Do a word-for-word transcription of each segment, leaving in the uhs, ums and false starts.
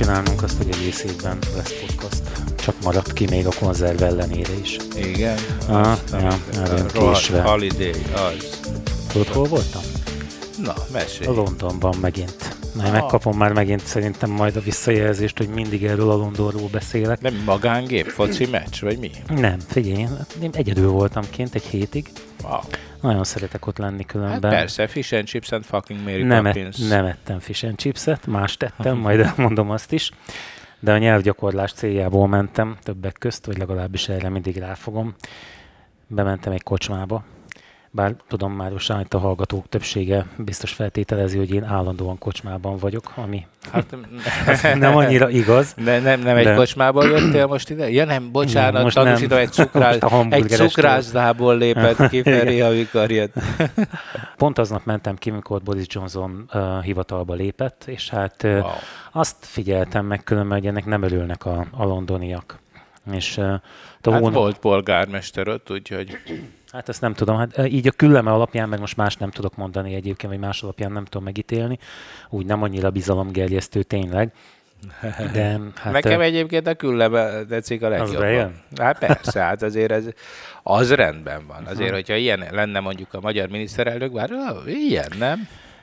csinálnunk azt, hogy egész évben lesz podcast. Csak maradt ki még a konzerv ellenére is. Igen? Aha, ja, nagyon késve. Holiday, az. Tudod, hol voltam? Na, mesélj. A Londonban megint. Na, én megkapom már megint szerintem majd a visszajelzést, hogy mindig erről a Londonról beszélek. Nem magángép, foci meccs, vagy mi? Nem, figyelj, én egyedül voltam kint egy hétig. Wow. Nagyon szeretek ott lenni különben. Hát persze, fish and chips and fucking Mary nem Poppins. Et, nem ettem fish and chipset, más tettem, majd elmondom azt is. De a nyelvgyakorlás céljából mentem többek közt, vagy legalábbis erre mindig ráfogom. Bementem egy kocsmába. Bár tudom már, hogy a hallgatók többsége biztos feltételezi, hogy én állandóan kocsmában vagyok, ami hát, nem annyira igaz. Ne, nem nem de... egy kocsmából jöttél most ide? Ja nem, bocsánat, nem, tanúsítom, egy, cukrász, egy cukrászdából lépett ki Feri, amikor jött. Pont aznap mentem ki, amikor Boris Johnson uh, hivatalba lépett, és hát uh, wow. azt figyeltem meg különben, hogy ennek nem örülnek a, a londoniak. És, uh, hát hónap... volt polgármester ott, úgyhogy... Hát ezt nem tudom. Hát így a külleme alapján, mert most más nem tudok mondani egyébként, vagy más alapján nem tudom megítélni. Úgy nem annyira bizalomgerjesztő tényleg. De, hát, nekem egyébként a külleme tetszik a legjobban. Az bejön? Hát persze, hát azért ez, az rendben van. Azért, hogyha ilyen lenne mondjuk a magyar miniszterelnök, bár ilyen, nem?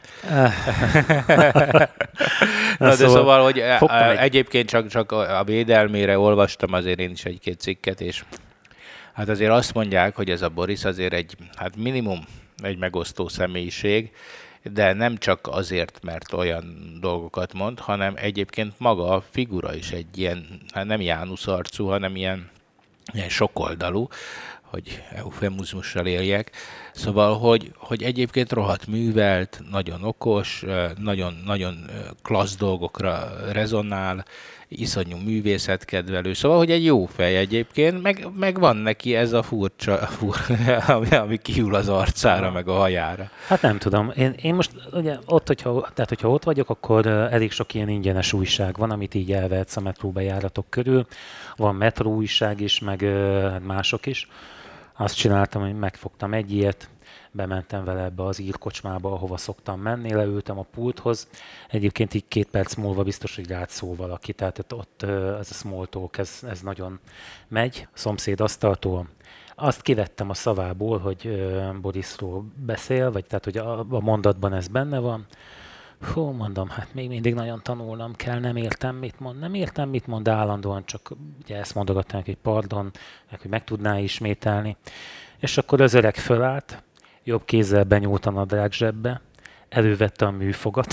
Na, de szóval, szóval hogy egy... egyébként csak, csak a védelmére olvastam azért én is egy-két cikket, és hát azért azt mondják, hogy ez a Boris azért egy, hát minimum egy megosztó személyiség, de nem csak azért, mert olyan dolgokat mond, hanem egyébként maga a figura is egy ilyen, hát nem Jánusz arcú, hanem ilyen, ilyen sokoldalú, hogy eufemizmussal éljek. Szóval, hogy, hogy egyébként rohadt művelt, nagyon okos, nagyon, nagyon klassz dolgokra rezonál, iszonyú művészetkedvelő. Szóval, hogy egy jó fej egyébként, meg, meg van neki ez a furcsa, fur, ami, ami kiül az arcára, meg a hajára. Hát nem tudom. Én, én most ugye ott, hogyha, tehát hogyha ott vagyok, akkor elég sok ilyen ingyenes újság van, amit így elvehetsz a metróbejáratok körül. Van metró újság is, meg mások is. Azt csináltam, hogy megfogtam egy ilyet, bementem vele ebbe az írkocsmába, ahova szoktam menni, leültem a pulthoz. Egyébként így két perc múlva biztos, hogy rád szól valaki, tehát ott ez a small talk, ez, ez nagyon megy. A szomszéd asztaltól azt kivettem a szavából, hogy Borisról beszél, vagy tehát, hogy a, a mondatban ez benne van. Hú, mondom, hát még mindig nagyon tanulnom kell, nem értem, mit mond. Nem értem, mit mond, állandóan csak ugye ezt mondogatnánk, hogy pardon, meg hogy meg tudná ismételni. És akkor az öreg fölállt, jobb kézzel benyúlt a nadrág zsebbe, elővette a műfogat,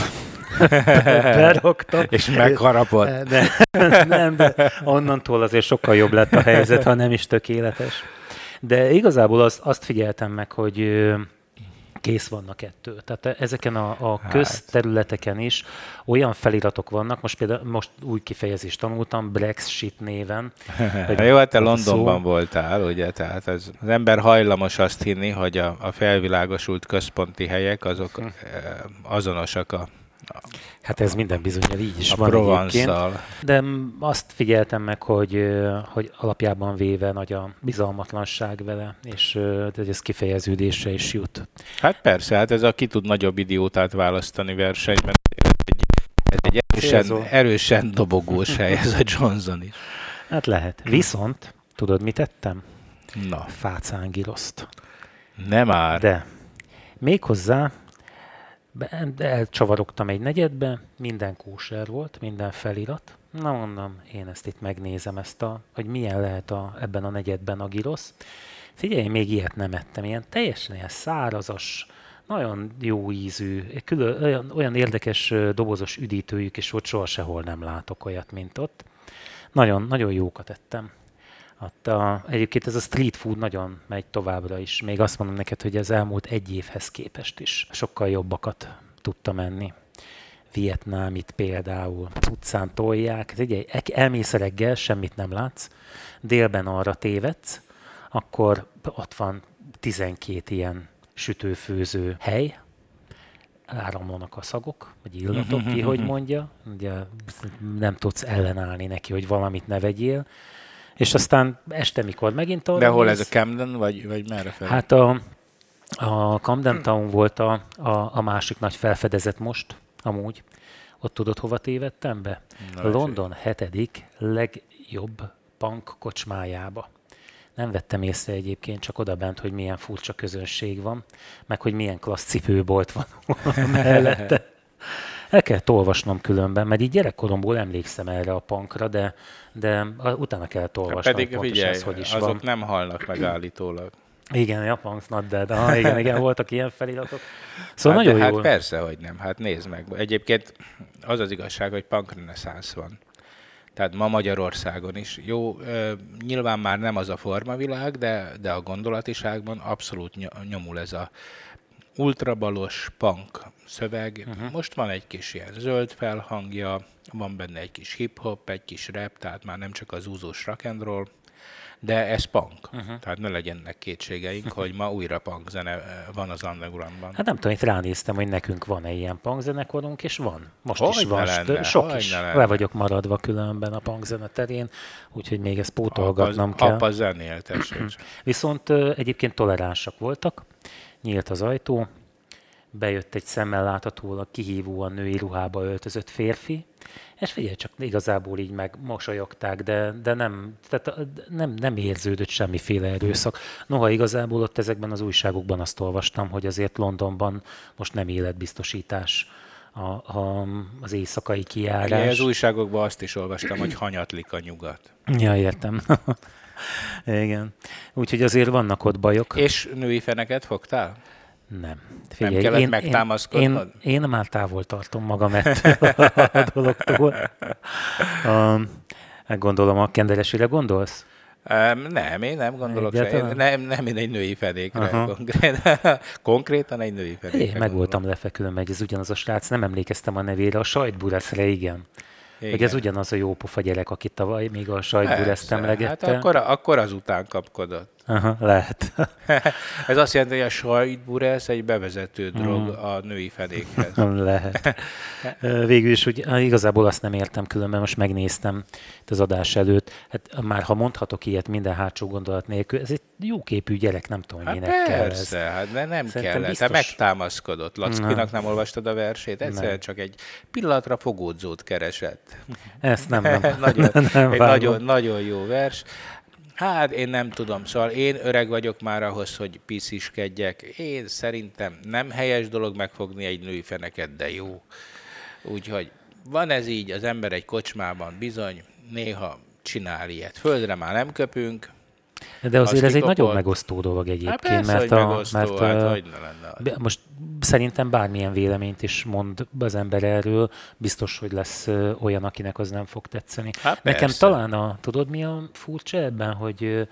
berogta. És megharapott. De, nem, de onnantól azért sokkal jobb lett a helyzet, ha nem is tökéletes. De igazából azt, azt figyeltem meg, hogy kész vannak ettől. Tehát ezeken a, a közterületeken is olyan feliratok vannak, most például most új kifejezést tanultam, Brexit néven. Jó, hát te Londonban szó... voltál, ugye? Tehát az, az ember hajlamos azt hinni, hogy a, a felvilágosult központi helyek azok hm. azonosak a Hát ez minden bizonnyal így is a van Provence-szal. egyébként. De azt figyeltem meg, hogy, hogy alapjában véve nagy a bizalmatlanság vele, és hogy ez kifejeződésre is jut. Hát persze, hát ez a ki tud nagyobb idiótát választani versenyben. Ez egy erősen, erősen dobogós hely, ez a Johnson is. Hát lehet. Viszont, tudod, mit tettem? Na. Fácángiroszt. Nem már. De. Méghozzá elcsavarogtam egy negyedbe, minden kóser volt, minden felirat. Na mondom, én ezt itt megnézem, ezt a, hogy milyen lehet a, ebben a negyedben a girosz. Figyelj, még ilyet nem ettem, ilyen teljesen ilyen szárazas, nagyon jó ízű, külön, olyan, olyan érdekes dobozos üdítőjük, és ott soha sehol nem látok olyat, mint ott. Nagyon, nagyon jókat ettem. Ott a, egyébként ez a street food nagyon megy továbbra is. Még azt mondom neked, hogy az elmúlt egy évhez képest is sokkal jobbakat tudtam enni. Vietnámit például utcán tolják. Ugye, elmész reggel, semmit nem látsz. Délben arra tévedsz, akkor ott van tizenkét ilyen sütőfőző hely. Áramlanak a szagok, vagy illatok, ki hogy mondja. Ugye nem tudsz ellenállni neki, hogy valamit ne vegyél. És aztán este, mikor megint arra De hol néz, ez a Camden, vagy, vagy merre fel? Hát a, a Camden Town volt a, a, a másik nagy felfedezet most, amúgy. Ott tudod, hova tévedtem be? Na, London hetedik legjobb punk kocsmájába. Nem vettem észre egyébként, csak odabent, hogy milyen furcsa közönség van, meg hogy milyen klassz cipőbolt van mellette. El kellett olvasnom különben, mert így gyerekkoromból emlékszem erre a punkra, de, de utána kellett olvasnom, pedig pontosan figyelj, ez hogy is azok van. nem halnak meg állítólag. Igen, a punk's not dead. Ah, igen, igen, voltak ilyen feliratok. Szóval hát, nagyon de jól. Hát persze, hogy nem. Hát nézd meg. Egyébként az az igazság, hogy punk reneszánsz van. Tehát ma Magyarországon is. Jó, nyilván már nem az a formavilág, de, de a gondolatiságban abszolút nyomul ez a ultrabalos punk szöveg. Uh-huh. Most van egy kis ilyen zöld felhangja, van benne egy kis hip-hop, egy kis rap, tehát már nem csak az úzós rock and roll, de ez punk. Uh-huh. Tehát ne legyenek kétségeink, uh-huh. hogy ma újra punk zene van az undergroundban. Hát nem tudom, itt ránéztem, hogy nekünk van-e ilyen punk zenekorunk, és van. Most hogy is van, lenne, sok is. Le vagyok maradva különben a punk zene terén, úgyhogy még ezt pótolgatnom apa, kell. Apa zenél, tessék. Viszont egyébként toleránsak voltak, nyílt az ajtó, bejött egy szemmel láthatólag kihívóan női ruhába öltözött férfi, és figyelj, csak igazából így megmosolyogták, de, de nem, tehát nem, nem érződött semmiféle erőszak. Noha igazából ott ezekben az újságokban azt olvastam, hogy azért Londonban most nem életbiztosítás a, a, az éjszakai kijárás. Igen, az újságokban azt is olvastam, hogy hanyatlik a nyugat. Ja, értem. Igen. Úgyhogy azért vannak ott bajok. És női feneket fogtál? Nem. Figyelj, nem kellett én, megtámaszkodnod? Én, én, én már távol tartom magam ettől a dologtól. Um, gondolom, a kenderesére gondolsz? Um, nem, én nem gondolok se. Nem, nem én egy női fedékre. Uh-huh. Konkrétan, konkrétan egy női fedékre. Én meg voltam lefekülön, meg ez ugyanaz a srác, nem emlékeztem a nevére, a sajtbureszre, igen. Igen. Hogy ez ugyanaz a jópofa gyerek, akit tavaly még a sajtbureszt emlegette. Hát akkor, akkor azután kapkodott. Aha, lehet. Ez azt jelenti, hogy a sajtburesz egy bevezető drog mm. a női fedékhez. Lehet. Végül is, hogy igazából azt nem értem különben, most megnéztem itt az adás előtt. Hát már ha mondhatok ilyet minden hátsó gondolat nélkül, ez egy jóképű gyerek, nem tudom, hát minek persze, kell ez. Hát de nem Szerintem kell. biztos... Te megtámaszkodott. Lackinak nem olvastad a versét? Egyszerűen csak egy pillanatra fogódzót keresett. Ezt nem, nem. nagyon, nem egy nagyon, nagyon jó vers. Hát én nem tudom, szóval én öreg vagyok már ahhoz, hogy pisziskedjek. Én szerintem nem helyes dolog megfogni egy női feneket, de jó. Úgyhogy van ez így, az ember egy kocsmában bizony, néha csinál ilyet. Földre már nem köpünk. De azért ez egy nagyon megosztó dolog egyébként. Hát persze, mert hogy a, megosztó, mert hát a, hogy ne lenne. Most szerintem bármilyen véleményt is mond az ember erről, biztos, hogy lesz olyan, akinek az nem fog tetszeni. Hát Nekem talán a, tudod mi a furcsa ebben, hogy,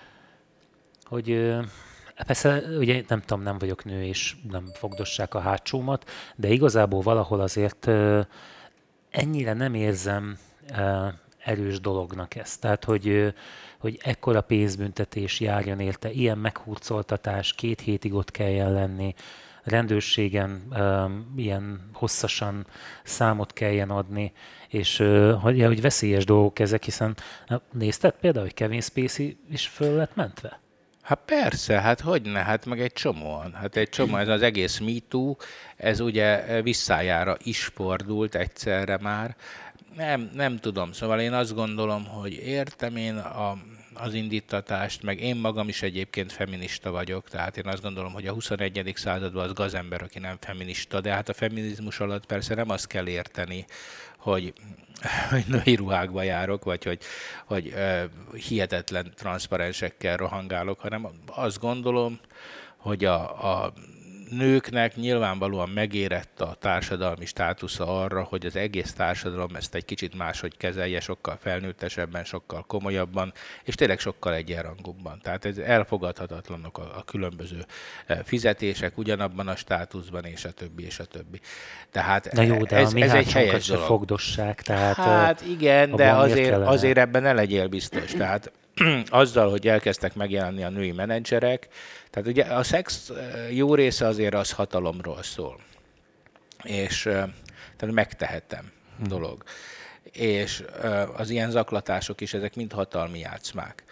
hogy persze, ugye nem tudom, nem vagyok nő, és nem fogdossák a hátsómat, de igazából valahol azért ennyire nem érzem erős dolognak ezt. Tehát, hogy, hogy ekkora pénzbüntetés járjon érte, ilyen meghurcoltatás, két hétig ott kelljen lenni, rendőrségen um, ilyen hosszasan számot kelljen adni, és uh, hogy, hogy veszélyes dolgok ezek, hiszen nézted például, hogy Kevin Spacey is föl lett mentve? Hát persze, hát hogyne, hát meg egy csomóan. Hát egy csomó, ez az egész MeToo, ez ugye visszájára is fordult egyszerre már. Nem, nem tudom, szóval én azt gondolom, hogy értem én a, az indítatást, meg én magam is egyébként feminista vagyok, tehát én azt gondolom, hogy a huszonegyedik században az gazember, aki nem feminista, de hát a feminizmus alatt persze nem azt kell érteni, hogy, hogy női ruhákba járok, vagy hogy, hogy uh, hihetetlen transzparensekkel rohangálok, hanem azt gondolom, hogy a, a nőknek nyilvánvalóan megérett a társadalmi státusza arra, hogy az egész társadalom ezt egy kicsit máshogy kezelje, sokkal felnőttesebben, sokkal komolyabban, és tényleg sokkal egyenrangúbban. Tehát ez elfogadhatatlanok a, a különböző fizetések ugyanabban a státuszban, és a többi, és a többi. Tehát na jó, de ez, a mi ez egy helyes dolog. Fogdossák, tehát hát igen, de azért, azért ebben ne legyél biztos. Tehát azzal, hogy elkezdtek megjelenni a női menedzserek, tehát ugye a szex jó része azért az hatalomról szól. És tehát megtehetem dolog. És az ilyen zaklatások is, ezek mind hatalmi játszmák.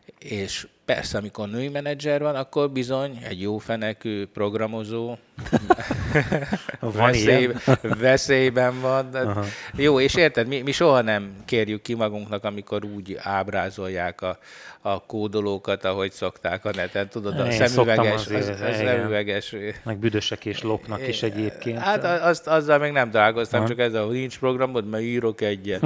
És persze, amikor női menedzser van, akkor bizony egy jó fenekű programozó veszély, veszélyben van. Uh-huh. Jó, és érted, mi, mi soha nem kérjük ki magunknak, amikor úgy ábrázolják a, a kódolókat, ahogy szokták a neten. Tudod, a szemüveges, az, az szemüveges. Meg büdösek és lopnak is egyébként. Hát azt, azzal még nem találkoztam, uh-huh. csak ezzel, hogy nincs programod, mert írok egyet.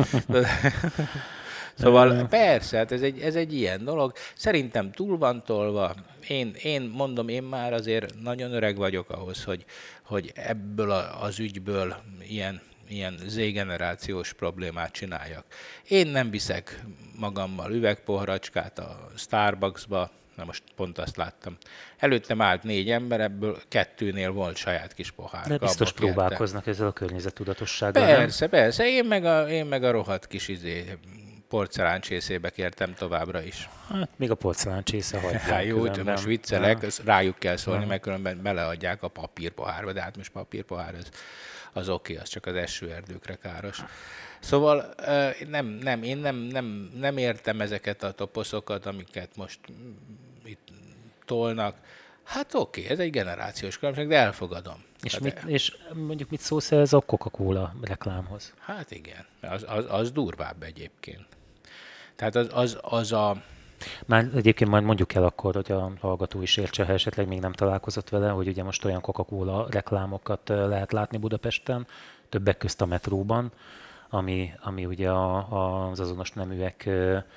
Szóval persze, hát ez egy, ez egy ilyen dolog. Szerintem túl van tolva. Én, én mondom, én már azért nagyon öreg vagyok ahhoz, hogy, hogy ebből a, az ügyből ilyen, ilyen Z-generációs problémát csináljak. Én nem viszek magammal üvegpoharacskát a Starbucksba, na most pont azt láttam. Előttem állt négy ember, ebből kettőnél volt saját kis pohár. De biztos próbálkoznak ezzel a környezettudatossággal. Persze, nem? persze. Én meg a, én meg a rohadt kis izé... porceláncsészébe kértem továbbra is. Hát, még a porceláncsésze hagyják. Hát jó, most viccelek, ja. rájuk kell szólni, mert különben beleadják a papírpohárba, de hát most papírpohár az, az oké, az csak az esőerdőkre káros. Szóval nem, nem, én nem, nem, nem értem ezeket a toposzokat, amiket most itt tolnak. Hát oké, ez egy generációs különbség, de elfogadom. És, mit, és mondjuk mit szólsz ez a Coca-Cola reklámhoz? Hát igen, az, az, az durvább egyébként. Tehát az, az, az a... Már egyébként majd mondjuk el akkor, hogy a hallgató is értse, ha esetleg még nem találkozott vele, hogy ugye most olyan Coca-Cola reklámokat lehet látni Budapesten, többek közt a metróban, ami, ami ugye a, az azonos neműek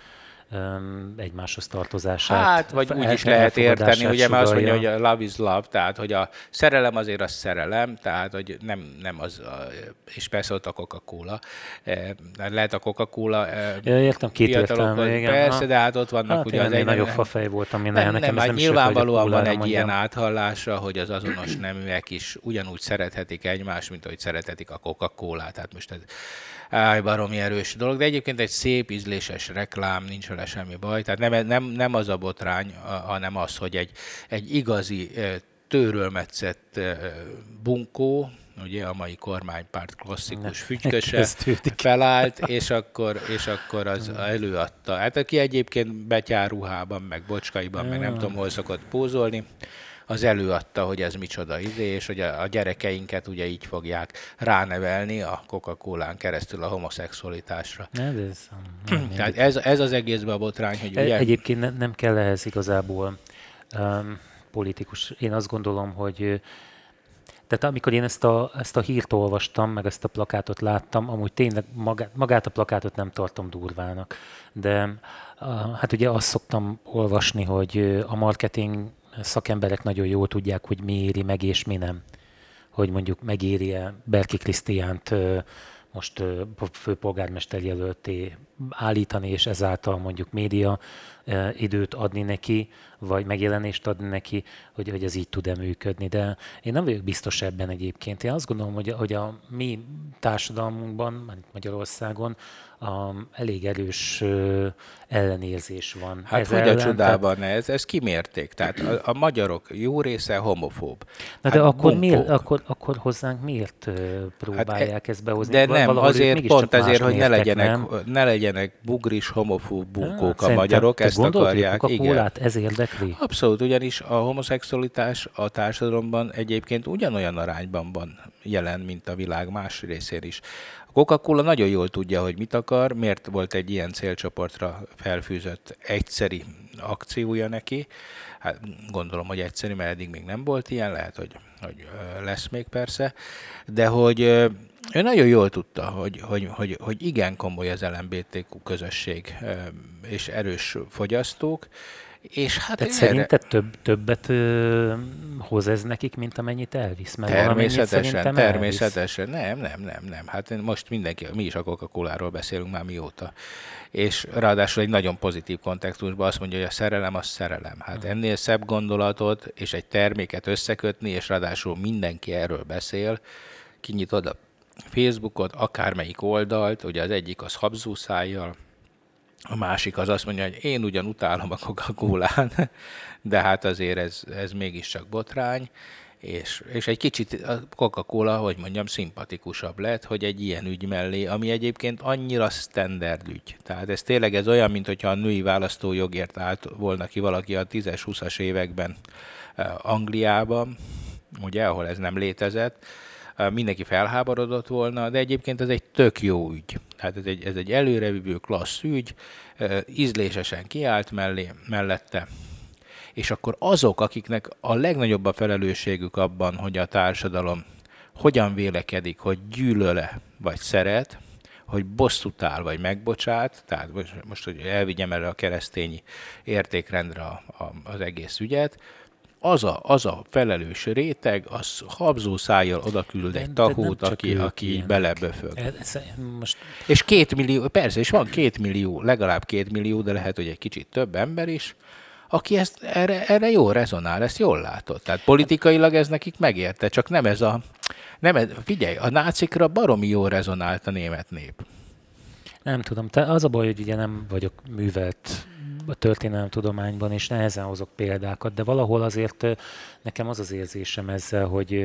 egymáshoz tartozását. Hát, vagy úgy is lehet érteni, ugye, mert azt mondja, hogy a love is love, tehát, hogy a szerelem azért az szerelem, tehát, hogy nem, nem az, és persze ott a Coca-Cola. Lehet a Coca-Cola ja, értem, két értelme, igen. Persze, de hát ott vannak hát ugye az egy nagyobb fafej voltam, én nem, nekem nem, nem nyilvánvalóan van egy ilyen áthallása, hogy az azonos neműek is ugyanúgy szerethetik egymást, mint ahogy szerethetik a Coca-Colát. Tehát most ez áj, baromi erős dolog, de egyébként egy szép, ízléses reklám, nincs vele semmi baj. Tehát nem, nem, nem az a botrány, hanem az, hogy egy, egy igazi tőrölmetszett bunkó, ugye a mai kormánypárt klasszikus fügyköse felállt, és akkor, és akkor az előadta. Hát aki egyébként betyárruhában, meg bocskaiban, meg nem tudom, hol szokott pózolni, az előadta, hogy ez micsoda izé, és hogy a, a gyerekeinket ugye így fogják ránevelni a Coca-Colán keresztül a homoszexualitásra. Ez, ez, Tehát ez, ez az egészben a botrány, hogy ugye... Egyébként ne, nem kell ehhez igazából um, politikus. Én azt gondolom, hogy tehát amikor én ezt a, ezt a hírt olvastam, meg ezt a plakátot láttam, amúgy tényleg magát, magát a plakátot nem tartom durvának, de uh, hát ugye azt szoktam olvasni, hogy a marketing szakemberek nagyon jól tudják, hogy mi éri meg és mi nem. Hogy mondjuk megéri-e Berki Krisztiánt most főpolgármester jelölté állítani, és ezáltal mondjuk média időt adni neki, vagy megjelenést adni neki, hogy, hogy ez így tud-e működni. De én nem vagyok biztos ebben egyébként. Én azt gondolom, hogy, hogy a mi társadalmunkban, Magyarországon a, elég erős uh, ellenérzés van. Hát ez hogy ellen, a csodában tehát... ez? Ezt kimérték. Tehát a, a magyarok jó része homofób. Na de hát akkor, miért, akkor, akkor hozzánk miért uh, próbálják hát, ezt behozni? De nem, Valahogy azért pont ezért, hogy ne legyenek, ne legyenek bugris homofób bunkók hát, a magyarok, ezt akarják. Coca-Colát ez érdekli? Abszolút, ugyanis a homoszexualitás a társadalomban egyébként ugyanolyan arányban van jelen, mint a világ más részén is. A Coca-Cola nagyon jól tudja, hogy mit akar, miért volt egy ilyen célcsoportra felfűzött egyszeri akciója neki. Hát gondolom, hogy egyszerű, mert eddig még nem volt ilyen, lehet, hogy, hogy lesz még persze, de hogy ő nagyon jól tudta, hogy, hogy, hogy, hogy igen komoly az el em bé té kú közösség és erős fogyasztók, és hát tehát szerinted több, többet ö, hoz ez nekik, mint amennyit elvisz? Mert természetesen, természetesen. Elvisz. Nem, nem, nem, nem. Hát most mindenki, mi is a Coca-Coláról beszélünk már mióta. És ráadásul egy nagyon pozitív kontextusban azt mondja, hogy a szerelem az szerelem. Hát ennél szebb gondolatot és egy terméket összekötni, és ráadásul mindenki erről beszél, kinyitod a Facebookot, akármelyik oldalt, ugye az egyik az habzószájjal, a másik az azt mondja, hogy én ugyan utálom a Coca-Colán, de hát azért ez, ez mégiscsak botrány, És, és egy kicsit a Coca-Cola, hogy mondjam, szimpatikusabb lett, hogy egy ilyen ügy mellé, ami egyébként annyira standard ügy. Tehát ez tényleg ez olyan, mint hogyha a női választójogért állt volna ki valaki a tízes-húszas években Angliában, ugye, ahol ez nem létezett, mindenki felháborodott volna, de egyébként ez egy tök jó ügy. Tehát ez egy, ez egy előrevívő klassz ügy, ízlésesen kiállt mellé, mellette, és akkor azok, akiknek a legnagyobb a felelősségük abban, hogy a társadalom hogyan vélekedik, hogy gyűlöle vagy szeret, hogy bosszút áll vagy megbocsát, tehát most, most hogy elvigyem erre a keresztény értékrendre a, a, az egész ügyet, az a, az a felelős réteg, az habzó szájjal oda küld egy tahót, aki, aki így beleböfög. Ez, most... És két millió, persze, és van két millió, legalább két millió, de lehet, hogy egy kicsit több ember is, aki ezt, erre, erre jól rezonál, ezt jól látod. Tehát politikailag ez nekik megérte, csak nem ez a... Nem ez, figyelj, a nácikra baromi jól rezonált a német nép. Nem tudom, te az a baj, hogy ugye nem vagyok művelt a történelemtudományban, és nehezen hozok példákat, de valahol azért nekem az az érzésem ezzel, hogy,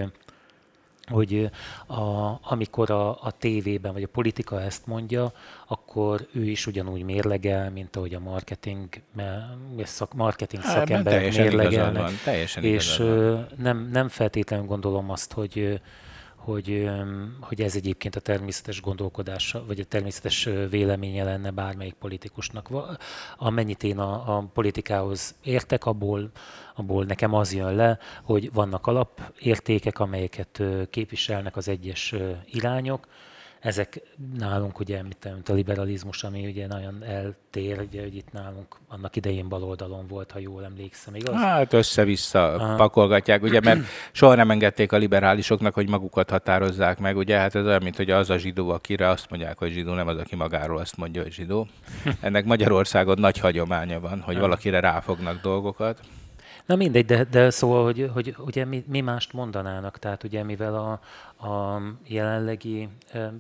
hogy a, amikor a, a tévében vagy a politika ezt mondja, akkor ő is ugyanúgy mérlegel, mint ahogy a marketing, szak, marketing hát, szakemberek mérlegelnek. És nem, nem feltétlenül gondolom azt, hogy Hogy, hogy ez egyébként a természetes gondolkodása, vagy a természetes véleménye lenne bármelyik politikusnak. Amennyit én a, a politikához értek, abból, abból nekem az jön le, hogy vannak alapértékek, amelyeket képviselnek az egyes irányok. Ezek nálunk ugye, mint a liberalizmus, ami ugye nagyon eltér, ugye, hogy itt nálunk annak idején baloldalon volt, ha jól emlékszem, igaz? Hát össze-vissza Aha. pakolgatják, ugye, mert soha nem engedték a liberálisoknak, hogy magukat határozzák meg, ugye, hát ez olyan, mint hogy az a zsidó, akire azt mondják, hogy zsidó, nem az, aki magáról azt mondja, hogy zsidó. Ennek Magyarországon nagy hagyománya van, hogy valakire ráfognak dolgokat. Na mindegy, de, de szóval, hogy, hogy ugye mi, mi mást mondanának, tehát ugye mivel a, a jelenlegi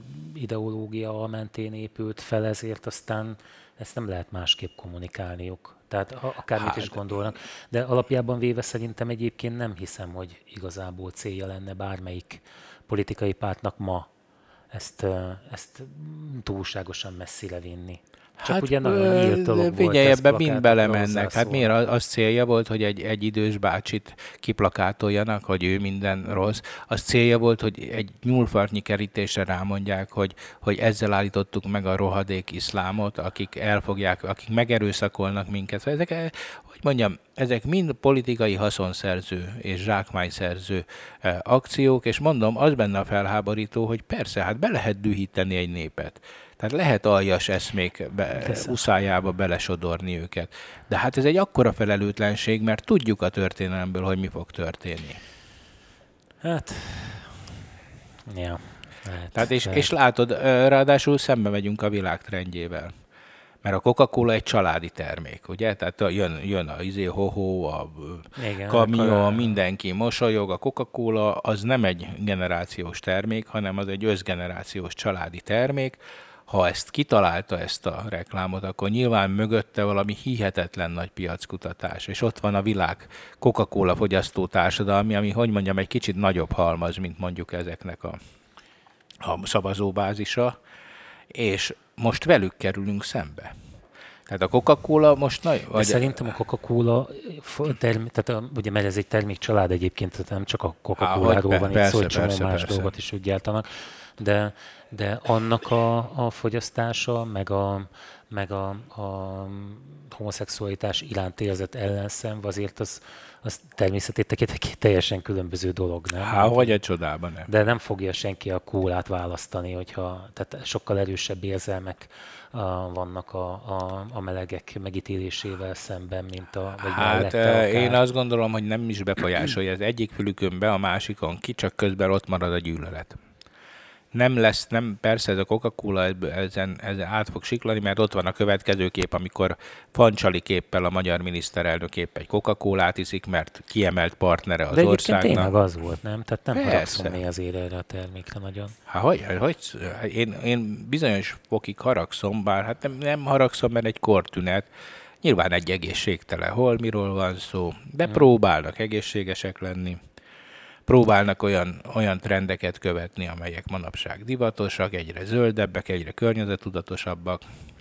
ideológia mentén épült fel, ezért aztán ezt nem lehet másképp kommunikálniuk. Tehát akármit hát, is gondolnak. De alapjában véve szerintem egyébként nem hiszem, hogy igazából célja lenne bármelyik politikai pártnak ma ezt, ezt túlságosan messzire vinni. Csak hát, ugye nagyon nyílt dolog volt. Figyelj, ebben mind belemennek. Hát miért az célja volt, hogy egy, egy idős bácsit kiplakátoljanak, hogy ő minden rossz. Az célja volt, hogy egy nyúlfartnyi kerítésre rámondják, hogy, hogy ezzel állítottuk meg a rohadék iszlámot, akik elfogják, akik megerőszakolnak minket. Ezek, hogy mondjam, ezek mind politikai haszonszerző és zsákmányszerző akciók, és mondom, az benne a felháborító, hogy persze, hát be lehet dühíteni egy népet. Tehát lehet aljas eszmék be, uszájába belesodorni őket. De hát ez egy akkora felelőtlenség, mert tudjuk a történelemből, hogy mi fog történni. Hát, ja. Lehet, Tehát és, lehet. és látod, ráadásul szembe megyünk a világ trendjével. Mert a Coca-Cola egy családi termék, ugye? Tehát jön, jön a izé, ho-ho, a Igen, kamió, a... mindenki mosolyog. A Coca-Cola az nem egy generációs termék, hanem az egy összgenerációs családi termék. Ha ezt kitalálta, ezt a reklámot, akkor nyilván mögötte valami hihetetlen nagy piackutatás. És ott van a világ Coca-Cola fogyasztó társadalmi, ami, hogy mondjam, egy kicsit nagyobb halmaz, mint mondjuk ezeknek a, a szavazóbázisa. És most velük kerülünk szembe. Tehát a Coca-Cola most nagy... Vagy... Szerintem a Coca-Cola, term... tehát a, ugye, mert ez egy termékcsalád egyébként, tehát nem csak a Coca-Coláról van itt szó, hogy csomó más dolgot is úgy gyártanak, de, de annak a, a fogyasztása, meg a, meg a, a homoszexualitás iránt érzett ellenszenv, azért az, az természetét tekintve teljesen különböző dolog, nem? Há, vagy egy csodában nem. De nem fogja senki a kólát választani, hogyha, tehát sokkal erősebb érzelmek a, vannak a, a, a melegek megítélésével szemben, mint a, vagy hát mellette én azt gondolom, hogy nem is befolyásolja az egyik fülükön be, a másikon ki, csak közben ott marad a gyűlölet. Nem lesz, nem, persze ez a Coca-Cola ezen, ezen át fog siklani, mert ott van a következő kép, amikor Fancsali képpel a magyar miniszterelnök épp egy Coca-Colát iszik, mert kiemelt partnere az országnak. De egyébként tényleg az volt, nem? Tehát nem haragszom még azért erre a termékre nagyon. Hát hogy, hogy én, én bizonyos fokig haragszom, bár hát nem, nem haragszom, mert egy kortünet. Nyilván egy egészségtelen holmiról van szó, de hmm. próbálnak egészségesek lenni. próbálnak olyan, olyan trendeket követni, amelyek manapság divatosak, egyre zöldebbek, egyre környezettudatosabbak.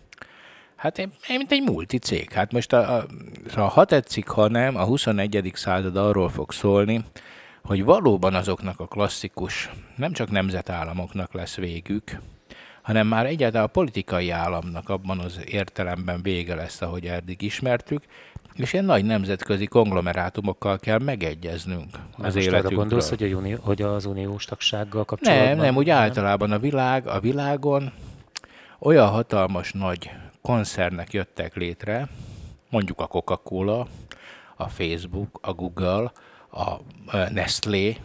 Hát én, én mint egy multicég. Hát most a, a, ha tetszik, ha nem, a huszonegyedik század arról fog szólni, hogy valóban azoknak a klasszikus, nem csak nemzetállamoknak lesz végük, hanem már egyáltalán a politikai államnak abban az értelemben vége lesz, ahogy eddig ismertük, és ilyen nagy nemzetközi konglomerátumokkal kell megegyeznünk az most életünkről. Arra gondolsz, hogy, a juni, hogy az uniós tagsággal kapcsolatban? Nem, nem, úgy általában a világ, a világon olyan hatalmas nagy koncernek jöttek létre, mondjuk a Coca-Cola, a Facebook, a Google, a Nestlé,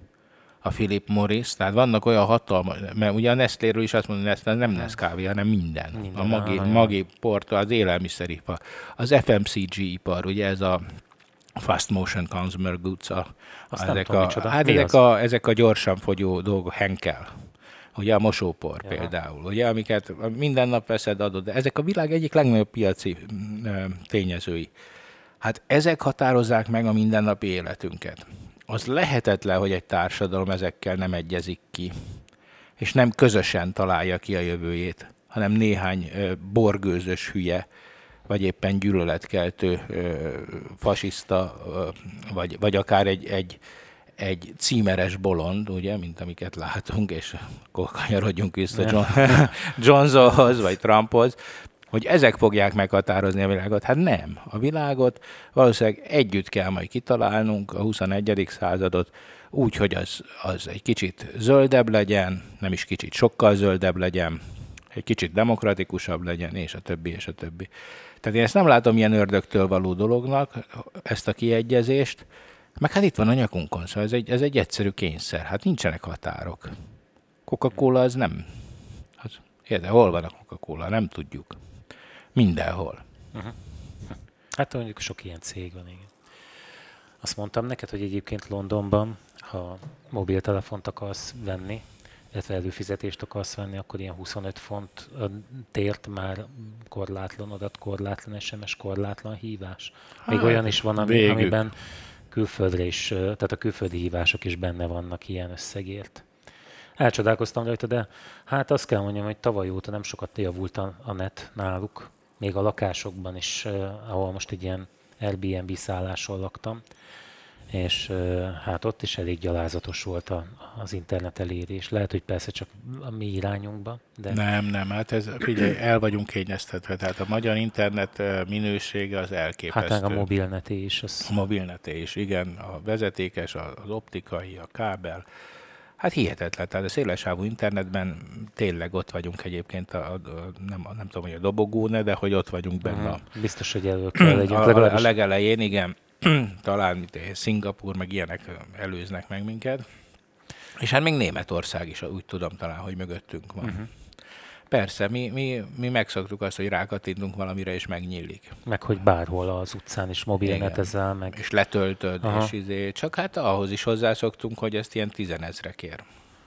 a Philip Morris, tehát vannak olyan hatalmas, mert ugye a Nestléről is azt mondom, hogy Nestlé nem Nescafé, hanem minden. minden a magi, magi porta, az élelmiszeripar, az ef em cé gé ipar, ugye ez a Fast Motion Consumer Goods, a, a, ezek, tudom, a, hát ezek, a, ezek a gyorsan fogyó dolgok, Henkel, ugye a mosópor ja. például, ugye, amiket minden nap veszed, adod, de ezek a világ egyik legnagyobb piaci tényezői. Hát ezek határozzák meg a mindennapi életünket. Az lehetetlen, hogy egy társadalom ezekkel nem egyezik ki, és nem közösen találja ki a jövőjét, hanem néhány ö, borgőzös hülye, vagy éppen gyűlöletkeltő ö, fasiszta, ö, vagy, vagy akár egy, egy, egy címeres bolond, ugye, mint amiket látunk, és akkor kanyarodjunk vissza John, Johnsonhoz, vagy Trumphoz, hogy ezek fogják meghatározni a világot. Hát nem. A világot valószínűleg együtt kell majd kitalálnunk, a huszonegyedik századot, úgy, hogy az, az egy kicsit zöldebb legyen, nem is kicsit, sokkal zöldebb legyen, egy kicsit demokratikusabb legyen, és a többi, és a többi. Tehát én ezt nem látom ilyen ördögtől való dolognak, ezt a kiegyezést, meg hát itt van a nyakunkon, szóval ez egy, ez egy egyszerű kényszer. Hát nincsenek határok. Coca-Cola az nem. Az, érde, hol van a Coca-Cola? Nem tudjuk. Mindenhol. Uh-huh. Hát mondjuk sok ilyen cég van, igen. Azt mondtam neked, hogy egyébként Londonban, ha mobiltelefont akarsz venni, illetve előfizetést akarsz venni, akkor ilyen huszonöt font tért már korlátlan adat, korlátlan es em es, korlátlan hívás. Még hát, olyan is van, ami, amiben külföldre is, tehát a külföldi hívások is benne vannak ilyen összegért. Elcsodálkoztam rajta, de hát azt kell mondjam, hogy tavaly óta nem sokat javult a, a net náluk, még a lakásokban is, eh, ahol most egy ilyen Airbnb szálláson laktam, és eh, hát ott is elég gyalázatos volt a, az internet elérés. Lehet, hogy persze csak a mi irányunkba, de... Nem, nem, hát ez, figyelj, el vagyunk kényeztetve, tehát a magyar internet minősége az elképesztő. Hát meg a mobilneté is. Az... A mobilneté is, igen, a vezetékes, az optikai, a kábel. Hát hihetetlen, tehát a szélessávú internetben tényleg ott vagyunk egyébként, a, a, nem, nem tudom, hogy a dobogón, de hogy ott vagyunk benne. Uh-huh. Biztos, hogy elő kell legyünk. A, a, a legelején, igen, talán mint Szingapúr, meg ilyenek előznek meg minket. És hát még Németország is, úgy tudom talán, hogy mögöttünk van. Uh-huh. Persze, mi, mi, mi megszoktuk azt, hogy rákattintunk valamire, és megnyílik. Meg, hogy bárhol az utcán is mobilnetezel, meg... És letöltöd, aha. és izé, csak hát ahhoz is hozzászoktunk, hogy ezt ilyen tizenezre kér.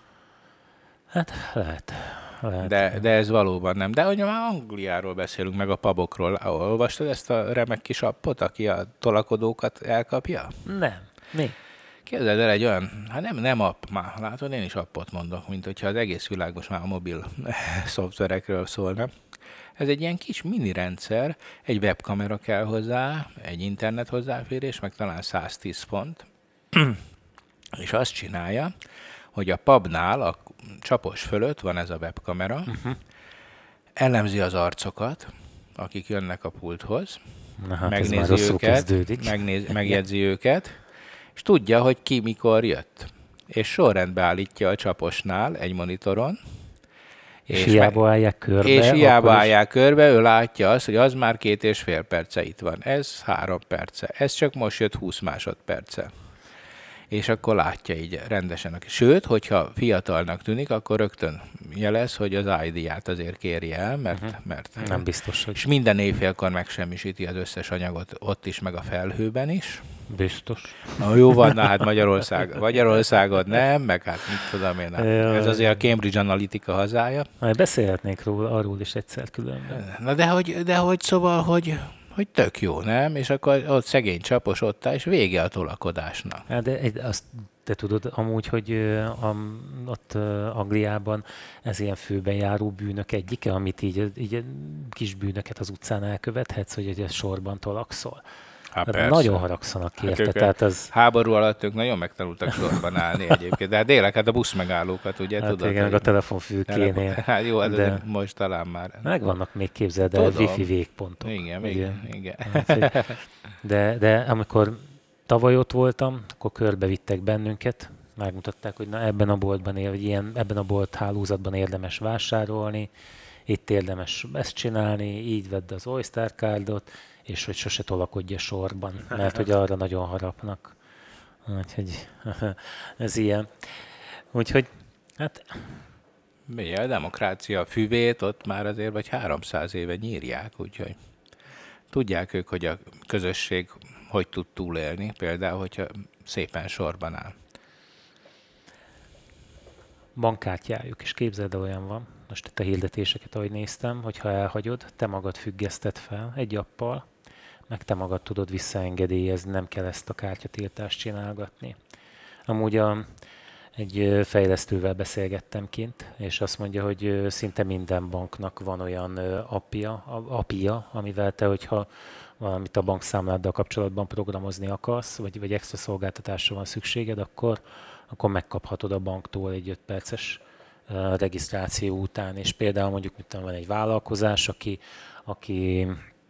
Hát lehet. lehet. De, de ez valóban nem. De hogy már Angliáról beszélünk, meg a pubokról. Olvastad ezt a remek kis appot, aki a tolakodókat elkapja? Nem. Mi? Képzeld el egy olyan, hát nem, nem app, már látod, én is appot mondok, mint hogyha az egész világ most már a mobil szoftverekről szólna. Ez egy ilyen kis mini rendszer, egy webkamera kell hozzá, egy internet hozzáférés, meg talán száztíz font, és azt csinálja, hogy a pubnál, a csapos fölött van ez a webkamera, uh-huh. elemzi az arcokat, akik jönnek a pulthoz, na, hát megnézi őket, megnéz, megjegyzi őket, és tudja, hogy ki mikor jött. És sorrendbe állítja a csaposnál egy monitoron. És, és hiába állják körbe. És hiába állják körbe, ő látja azt, hogy az már két és fél perce itt van. Ez három perce. Ez csak most jött húsz másodperce. És akkor látja így rendesen. Sőt, hogyha fiatalnak tűnik, akkor rögtön jelez, hogy az í dé-ját azért kérje el, mert... Uh-huh. mert nem biztos, hogy... És minden éjfélkor megsemmisíti az összes anyagot ott is, meg a felhőben is. Biztos. Na, jó van, na hát Magyarország, Magyarországon nem, meg hát mit tudom én. Nem. Ez azért a Cambridge Analytica hazája. Na, beszélhetnék róla, arról is egyszer különben. Na de hogy, de hogy szóval, hogy, hogy tök jó, nem? És akkor ott szegény csapos ott áll, és vége a tolakodásnak. Hát de egy, azt te tudod amúgy, hogy a, ott Angliában ez ilyen főben járó bűnök egyike, amit így, így kis bűnöket az utcán elkövethetsz, hogy egy sorban tolakszol. Hát hát nagyon haragszanak érte. Hát tehát az... Háború alatt ők nagyon megtanultak sorban állni egyébként, de hát délek, hát a buszmegállókat, ugye, hát tudod? Igen, hogy... a telefonfülkénél. Hát jó, de, de most talán már. Megvannak még, képzeld el, wifi végpontok. Igen, ugye? igen, igen. Hát, de, de amikor tavaly ott voltam, akkor körbevittek bennünket, megmutatták, hogy na ebben a boltban él, vagy ilyen, ebben a bolt hálózatban érdemes vásárolni, itt érdemes ezt csinálni, így vedd az Oyster Cardot, és hogy sose tolakodja sorban, mert hogy arra nagyon harapnak. Úgyhogy ez ilyen. Úgyhogy, hát... Mi a demokrácia füvét ott már azért vagy háromszáz éve nyírják, úgyhogy tudják ők, hogy a közösség hogy tud túlélni, például, hogyha szépen sorban áll. Bankkártyájuk, és képzeld el, olyan van, most itt a hirdetéseket, ahogy néztem, hogy ha elhagyod, te magad függeszted fel egy appal, meg te magad tudod visszaengedélyezni, nem kell ezt a kártyatiltást csinálgatni. Amúgy a, egy fejlesztővel beszélgettem kint, és azt mondja, hogy szinte minden banknak van olyan appja, appja amivel te, hogyha valamit a bankszámláddal kapcsolatban programozni akarsz, vagy, vagy extra szolgáltatásra van szükséged, akkor, akkor megkaphatod a banktól egy öt perces uh, regisztráció után, és például mondjuk mit tudom, van egy vállalkozás, aki, aki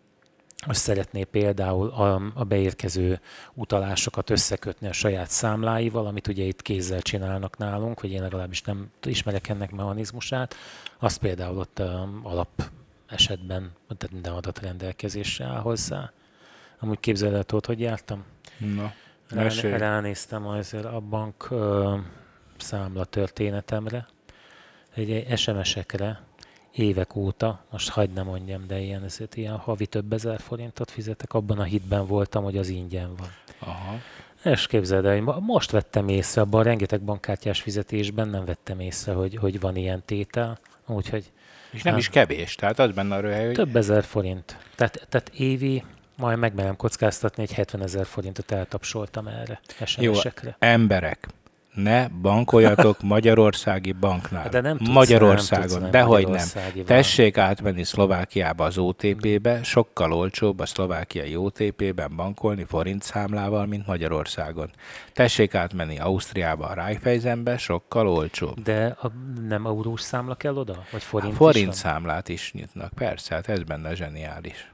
azt szeretné például a, a beérkező utalásokat összekötni a saját számláival, amit ugye itt kézzel csinálnak nálunk, vagy én legalábbis nem ismerek ennek mechanizmusát, azt például ott um, alap esetben minden adat rendelkezésre áll hozzá. Amúgy képzeld el, hogy jártam? Na, Rá, ránéztem azért a bank ö, számla történetemre, egy es em es-ekre évek óta, most hagyd ne mondjam, de ilyen, ezért ilyen havi több ezer forintot fizetek, abban a hitben voltam, hogy az ingyen van. Aha. És képzeld el, hogy most vettem észre, abban a rengeteg bankkártyás fizetésben nem vettem észre, hogy, hogy van ilyen tétel, úgyhogy és nem hát, is kevés, tehát az benne a röhely, hogy... Több ezer forint. Tehát, tehát évi, majd megmerem kockáztatni, egy hetven ezer forintot eltapsoltam erre, es em es-ekre. Jó, emberek, ne bankoljatok magyarországi banknál. De nem tudsz, Magyarországon, nem dehogy nem. Tessék átmenni Szlovákiába az o té pé-be, sokkal olcsóbb a szlovákiai o té pé-ben bankolni forint számlával, mint Magyarországon. Tessék átmenni Ausztriába a Raiffeisenbe, sokkal olcsóbb. De a, nem eurós számla kell oda? Vagy forint, a forint is számlát is nyitnak, persze, hát ez benne zseniális.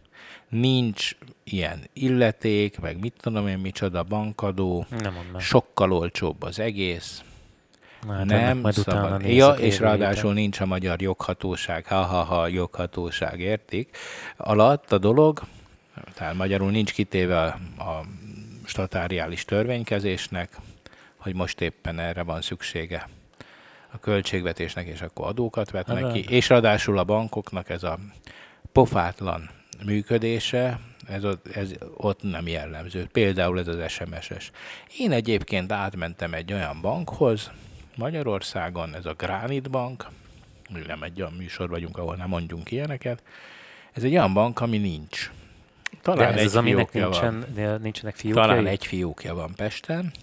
Nincs ilyen illeték, meg mit tudom én, micsoda bankadó, sokkal olcsóbb az egész. Hát nem szabad. Ja, és ráadásul nincs a magyar joghatóság, ha-ha-ha, joghatóság, értik? Alatt a dolog, tehát magyarul nincs kitéve a, a statáriális törvénykezésnek, hogy most éppen erre van szüksége a költségvetésnek, és akkor adókat vetnek hát, ki, és ráadásul a bankoknak ez a pofátlan működése, ez ott, ez ott nem jellemző. Például ez az es em es-es. Én egyébként átmentem egy olyan bankhoz, Magyarországon, ez a Granit Bank, nem egy olyan műsor vagyunk, ahol nem mondjunk ilyeneket, ez egy olyan bank, ami nincs. Talán egy az, aminek nincsen, nincsenek fiókjai? Talán egy fiókja van Pesten.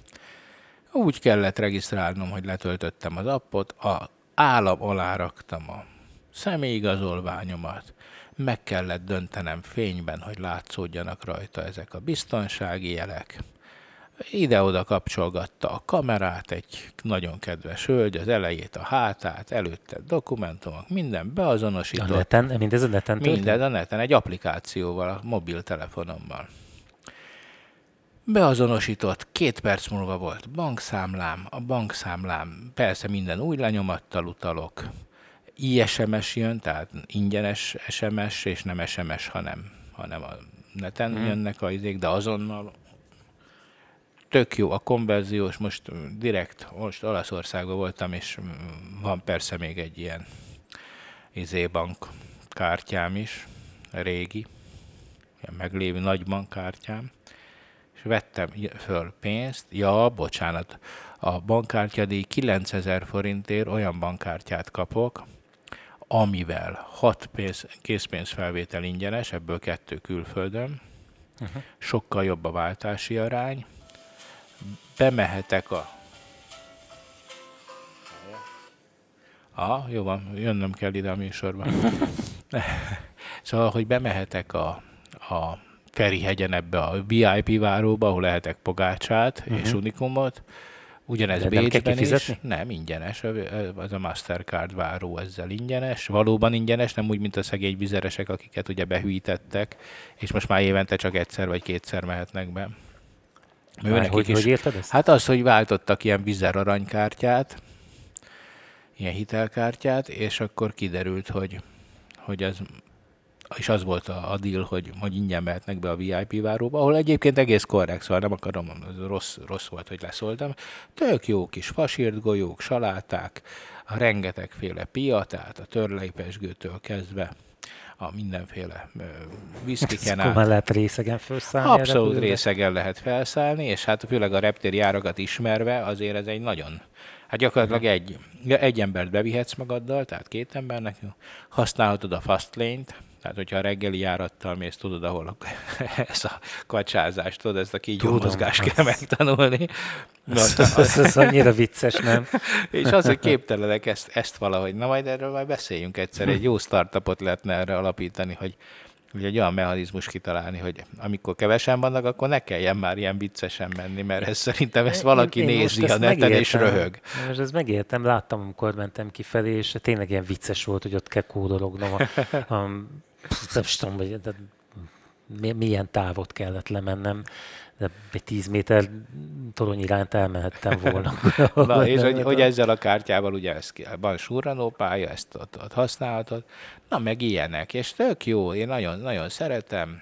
Úgy kellett regisztrálnom, hogy letöltöttem az appot, a állam alá raktam a személyigazolványomat, meg kellett döntenem fényben, hogy látszódjanak rajta ezek a biztonsági jelek. Ide-oda kapcsolgatta a kamerát, egy nagyon kedves hölgy, az elejét, a hátát, előtte dokumentumok, minden beazonosított. A neten? Mindez a neten történt? Mindez a neten, egy applikációval, a mobiltelefonommal. Beazonosított, két perc múlva volt bankszámlám, a bankszámlám, persze minden új lenyomattal utalok, i es em es jön, tehát ingyenes es em es, és nem es em es, hanem, hanem a neten hmm. jönnek a izék, de azonnal tök jó a konverziós, most direkt, most Olaszországban voltam, és van persze még egy ilyen izébank kártyám is, régi, ilyen meglévő nagy bankkártyám, és vettem föl pénzt, ja, bocsánat, a bankkártyadíj kilencezer forintért olyan bankkártyát kapok, amivel hat pénz, készpénzfelvétel ingyenes, ebből kettő külföldön, uh-huh. sokkal jobb a váltási arány, bemehetek a... Ah, jó van, jönnöm kell ide a műsorba. Szóval, hogy bemehetek a, a Ferihegyen ebbe a vé i pé váróba, ahol lehetek pogácsát uh-huh. és unikumot. Ugyanez de Bécsben is. Nem, ingyenes. Az a Mastercard váró ezzel ingyenes. Valóban ingyenes, nem úgy, mint a szegény vizeresek, akiket ugye behűítettek, és most már évente csak egyszer vagy kétszer mehetnek be. Már, hogy, is, hogy érted ezt? Hát az, hogy váltottak ilyen vizer aranykártyát, ilyen hitelkártyát, és akkor kiderült, hogy, hogy ez, és az volt a, a deal, hogy, hogy ingyen mehetnek be a vé i pé váróba, ahol egyébként egész korrekt, szóval nem akarom, az rossz, rossz volt, hogy leszóltam. Tök jó kis fasírt golyók, saláták, a rengetegféle pia, tehát a törlejpesgőtől kezdve a mindenféle uh, viszkiken át. Akkor lehet részegen felszállni. Abszolút részegen lehet felszállni, és hát főleg a reptéri árakat ismerve azért ez egy nagyon... Hát gyakorlatilag egy, egy embert bevihetsz magaddal, tehát két embernek használhatod a Fastlane-t, tehát hogyha a reggeli járattal mész, tudod, ahol ez a kacsázást, tudod, ezt a kígyó mozgást kell megtanulni. Az, az, az, az annyira vicces, nem? És az, hogy képtelenek ezt, ezt valahogy. Na majd erről majd beszéljünk egyszer, egy jó startupot lehetne erre alapítani, hogy hogy egy olyan mechanizmus kitalálni, hogy amikor kevesen vannak, akkor ne kelljen már ilyen viccesen menni, mert ez szerintem ezt valaki én, én nézi a neten és röhög. Most ezt megértem, láttam, amikor mentem kifelé, és tényleg ilyen vicces volt, hogy ott kell kódolognom. A, a, nem tudom, hogy de milyen távot kellett lemennem, de egy tíz méter torony iránt elmehettem volna. Na, és hogy, hogy ezzel a kártyával ugye ez van surranópálya, ezt ott, ott használhatod. Na, meg ilyenek, és tök jó, én nagyon, nagyon szeretem,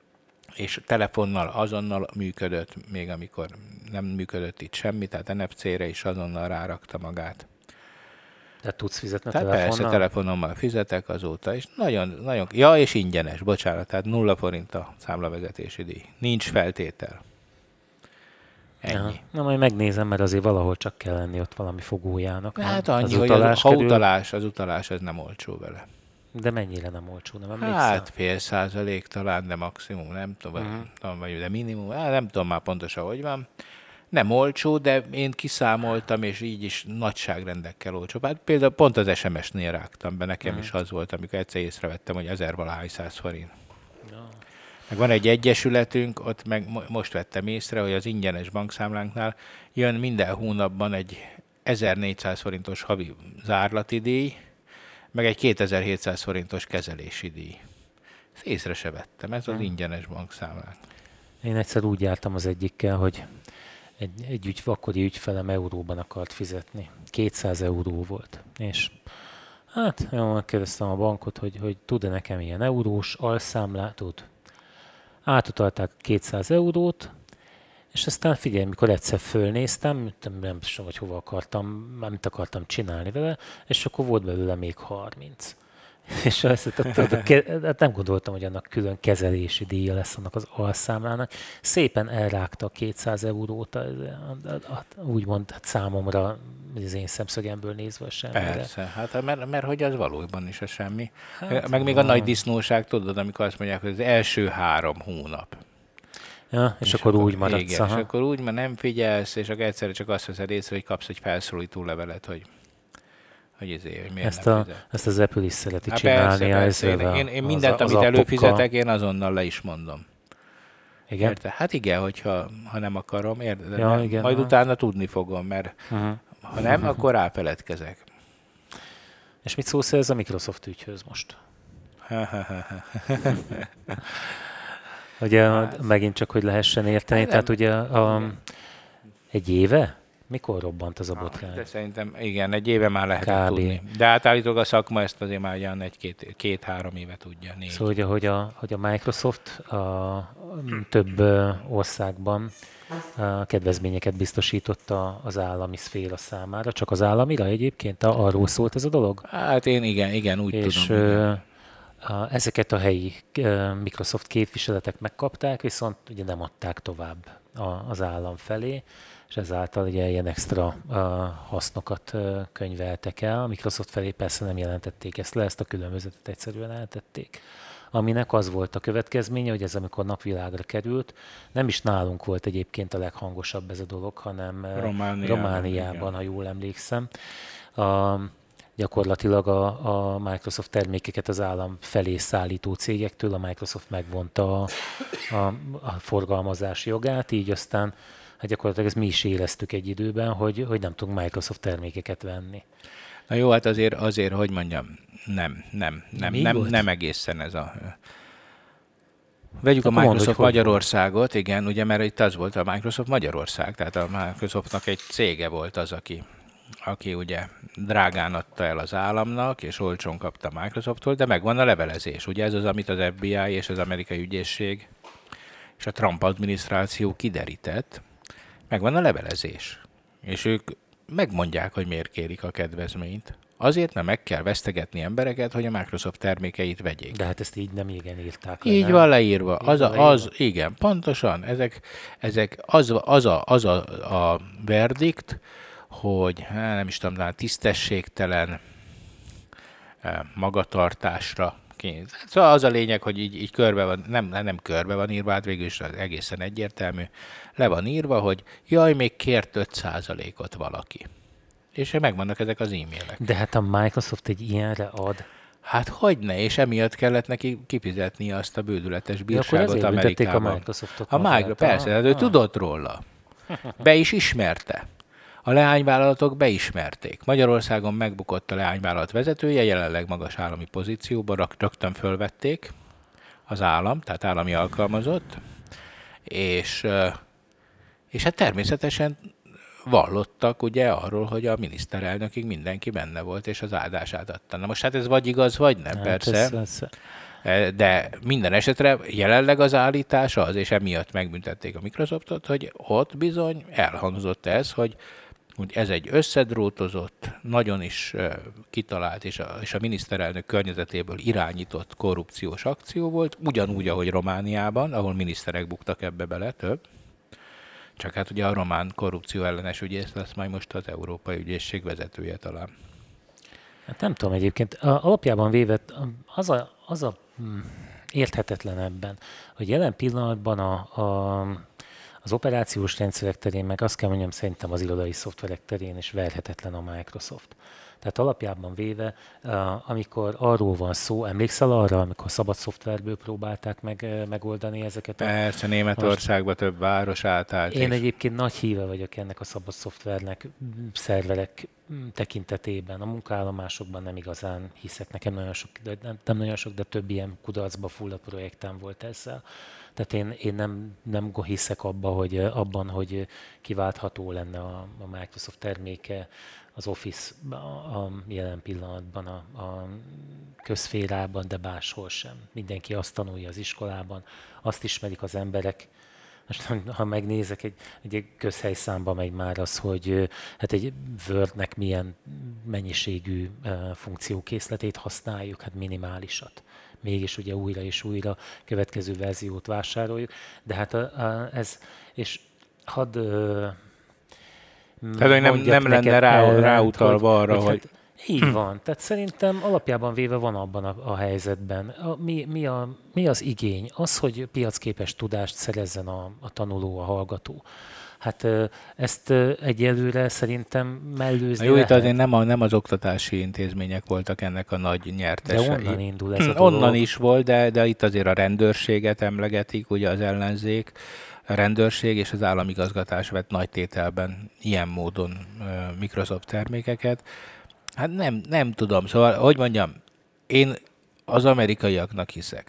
és telefonnal azonnal működött, még amikor nem működött itt semmi, tehát en ef cére is azonnal rárakta magát. De tudsz fizetni a tehát telefonnal? Persze, telefonommal fizetek azóta, és nagyon, nagyon, ja, és ingyenes, bocsánat, tehát nulla forint a számlavezetési díj. Nincs feltétel. Ennyi. Ja, na, majd megnézem, mert azért valahol csak kell lenni ott valami fogójának. Hát annyi, az hogy az, ha kerül... utalás, az utalás, ez nem olcsó vele. De mennyire nem olcsó, nem emlékszel? Hát fél százalék talán, de maximum, nem tudom, uh-huh. de minimum, hát nem tudom már pontosan, hogy van. Nem olcsó, de én kiszámoltam, és így is nagyságrendekkel olcsó. Hát például pont az es em es-nél rágtam be, nekem uh-huh. is az volt, amikor egyszer észrevettem, hogy ezer valahány száz forint. No. Meg van egy egyesületünk, ott meg most vettem észre, hogy az ingyenes bankszámlánknál jön minden hónapban egy ezernégyszáz forintos havi zárlati díj, meg egy kétezer-hétszáz forintos kezelési díj. Ezt észre se vettem, ez az ingyenes bankszámlánk. Én egyszer úgy jártam az egyikkel, hogy egy, egy ügy, akkori ügyfelem euróban akart fizetni. kétszáz euró volt. És hát jó, megkérdeztem a bankot, hogy, hogy tud-e nekem ilyen eurós alszámlát, tud. Átutalták kétszáz eurót, és aztán figyelj, mikor egyszer fölnéztem, nem tudom, hogy hova akartam, mit akartam csinálni vele, és akkor volt belőle még harminc. És azt hát nem gondoltam, hogy annak külön kezelési díja lesz annak az alszámlának. Szépen elrágta a kétszáz eurót, úgymond hát számomra, az én szemszögemből nézve semmire. Persze, hát mert, mert hogy az valójában is a semmi. Hát, meg még van. A nagy disznóság, tudod, amikor azt mondják, hogy az első három hónap. Ja, és, és akkor, akkor úgy maradsz. Igen, és akkor úgy, mert nem figyelsz, és akkor egyszerűen csak azt veszed észre, hogy kapsz egy felszólító levelet, hogy hogy ezért, hogy miért ezt, a, ezt az Apple is szereti Há, csinálni. Persze, persze. Én, én, én mindent, az, az amit előfizetek, én azonnal le is mondom. Igen? Érte? Hát igen, hogyha ha nem akarom, érted? Ja, igen, majd ha. utána tudni fogom, mert uh-huh. ha nem, uh-huh. akkor ráfeledkezek. És mit szólsz ez a Microsoft ügyhöz most? Ugye hát. megint csak, hogy lehessen érteni, hát tehát ugye a, egy éve? Mikor robbant az a botrány? De szerintem igen, egy éve már lehetett tudni. De hát állítólag a szakma ezt azért már olyan egy-két, két-három éve tudja. Négy. Szóval ugye, hogy a, hogy a Microsoft a több országban a kedvezményeket biztosította az állami szféra számára. Csak az államira egyébként? Arról szólt ez a dolog? Hát én igen, igen, úgy És tudom. És ezeket a helyi Microsoft képviseletek megkapták, viszont ugye nem adták tovább az állam felé, és ezáltal ugye ilyen extra uh, hasznokat uh, könyveltek el. A Microsoft felé persze nem jelentették ezt le, ezt a különbözetet egyszerűen eltették. Aminek az volt a következménye, hogy ez amikor napvilágra került, nem is nálunk volt egyébként a leghangosabb ez a dolog, hanem Romániában, Romániában ha jól emlékszem. A, gyakorlatilag a, a Microsoft termékeket az állam felé szállító cégektől a Microsoft megvonta a, a, a forgalmazási jogát, így aztán hát gyakorlatilag ezt mi is éreztük egy időben, hogy, hogy nem tudunk Microsoft termékeket venni. Na jó, hát azért, azért hogy mondjam, nem, nem, nem, nem, nem egészen ez a... Vegyük Akkor a Microsoft mondd, Magyarországot, hogy... igen, ugye, mert itt az volt a Microsoft Magyarország, tehát a Microsoftnak egy cége volt az, aki, aki ugye drágán adta el az államnak, és olcsón kapta a Microsofttól, de megvan a levelezés. Ugye ez az, amit az ef bé i és az amerikai ügyészség és a Trump adminisztráció kiderített, megvan a levelezés. És ők megmondják, hogy miért kérik a kedvezményt. Azért, mert meg kell vesztegetni embereket, hogy a Microsoft termékeit vegyék. De hát ezt így nem igen írták. Így nem? Van leírva. Az, a, az, igen, pontosan. Ezek, ezek az, az, a, az a, a verdikt, hogy hát nem is tudom, tisztességtelen magatartásra kény. Szóval az a lényeg, hogy így, így körbe van, nem, nem körbe van írva, hát végül is egészen egyértelmű. Le van írva, hogy jaj, még kért öt százalékot valaki. És megvannak ezek az e-mailek. De hát a Microsoft egy ilyenre ad. Hát hogyne, és emiatt kellett neki kifizetni azt a bődületes bírságot ja, Amerikában. a Microsoftot. A Microsoft, persze, de ő tudott róla. Be is ismerte. A leányvállalatok beismerték. Magyarországon megbukott a leányvállalat vezetője, jelenleg magas állami pozícióban, rögtön fölvették az állam, tehát állami alkalmazott, és, és hát természetesen vallottak ugye arról, hogy a miniszterelnökig mindenki benne volt, és az áldását adta. Na most hát ez vagy igaz, vagy nem, hát persze. Ez, ez. De minden esetre jelenleg az állítás az, és emiatt megbüntették a Microsoftot, hogy ott bizony elhangzott ez, hogy hogy ez egy összedrótozott, nagyon is uh, kitalált, és a, és a miniszterelnök környezetéből irányított korrupciós akció volt, ugyanúgy, ahogy Romániában, ahol miniszterek buktak ebbe bele, több. Csak hát ugye a román korrupció ellenes ügyész lesz majd most az Európai Ügyészség vezetője talán. Hát nem tudom egyébként, alapjában véve az a, az a hm, érthetetlen ebben, hogy jelen pillanatban a, a az operációs rendszerek terén, meg azt kell mondjam, szerintem az irodai szoftverek terén is verhetetlen a Microsoft. Tehát alapjában véve, amikor arról van szó, emlékszel arra, amikor szabad szoftverből próbálták meg, megoldani ezeket? Persze, Németországban most több város átállt. Én is. Egyébként nagy híve vagyok ennek a szabad szoftvernek szerverek tekintetében. A munkaállomásokban nem igazán hiszek, nekem nagyon sok, de nem, nem nagyon sok, de több ilyen kudarcba fulladt projektem volt ezzel. Tehát én, én nem, nem hiszek abba, hogy, abban, hogy kiváltható lenne a, a Microsoft terméke, az Office a, a jelen pillanatban a, a közszférában, de máshol sem. Mindenki azt tanulja az iskolában, azt ismerik az emberek. Most, ha megnézek, egy, egy közhelyszámba megy már az, hogy hát egy Wordnek milyen mennyiségű funkciókészletét használjuk, hát minimálisat. Mégis ugye újra és újra következő verziót vásároljuk, de hát a, a, ez, és hadd Tehát, hogy nem, nem lenne rá, ráutalva arra, hogy... hogy hát így van. Tehát szerintem alapjában véve van abban a, a helyzetben. A, mi, mi, a, mi az igény? Az, hogy piacképes tudást szerezzen a, a tanuló, a hallgató. Hát ezt egyelőre szerintem mellőzni Jó, itt azért nem, a, nem az oktatási intézmények voltak ennek a nagy nyertesei. De onnan indul ez a dolog. Onnan is volt, de, de itt azért a rendőrséget emlegetik, ugye az ellenzék. A rendőrség és az államigazgatás vett nagy tételben ilyen módon Microsoft termékeket. Hát nem, nem tudom, szóval, hogy mondjam, én az amerikaiaknak hiszek.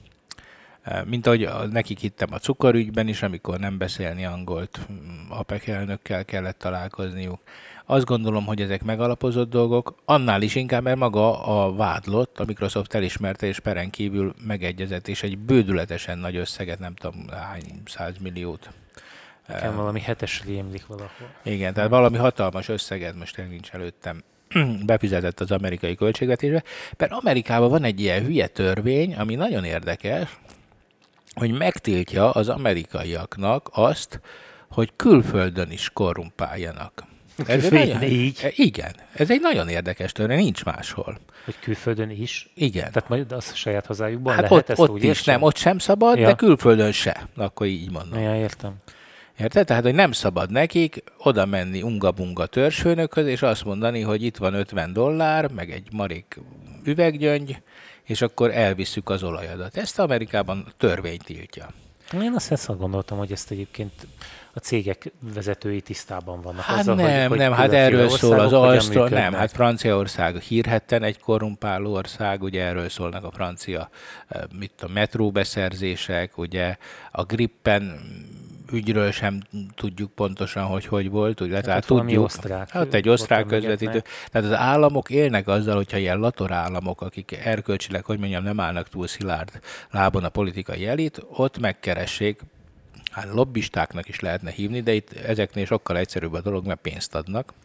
Mint ahogy nekik hittem a cukorügyben is, amikor nem beszélni angolt, a pé e cé elnökkel kellett találkozniuk. Azt gondolom, hogy ezek megalapozott dolgok, annál is inkább, mert maga a vádlott, a Microsoft elismerte, és peren kívül megegyezett, és egy bődületesen nagy összeget, nem tudom, hány százmilliót. Nekem valami hetes rémlik valahol. Igen, tehát valami hatalmas összeget, most én nincs előttem, befizetett az amerikai költségvetésbe, mert Amerikában van egy ilyen hülye törvény, ami nagyon érdekes, hogy megtiltja az amerikaiaknak azt, hogy külföldön is korrumpáljanak. Ez nagyon, így? Igen, ez egy nagyon érdekes törvény, nincs máshol. Hogy külföldön is? Igen. Tehát majd az a saját hazájukban hát lehet ott, ezt ott úgy is értsem? nem, ott sem szabad, ja. de külföldön se. Akkor így mondom. Ja, értem. Érted? Tehát, hogy nem szabad nekik oda menni unga-bunga törzsfőnökhöz, és azt mondani, hogy itt van ötven dollár, meg egy marék üveggyöngy, és akkor elvisszük az olajadat. Ezt Amerikában törvény tiltja. Én azt, azt gondoltam, hogy ezt egyébként a cégek vezetői tisztában vannak. Hát azzal, nem, hogy, hogy nem, hát erről szól az Alstom, nem, hát hát Franciaország hírhetten egy korrumpáló ország, ugye erről szólnak a francia mit a metróbeszerzések, ugye a Gripen ügyről sem tudjuk pontosan, hogy hogy volt, ugye, hát tehát tudjuk, osztrák, hát egy osztrák közvetítő, tehát az államok élnek azzal, hogyha ilyen lator államok, akik erkölcsileg, hogy mondjam, nem állnak túl szilárd lábon a politikai elit, ott megkeressék, hát lobbistáknak is lehetne hívni, de itt ezeknél sokkal egyszerűbb a dolog, mert pénzt adnak,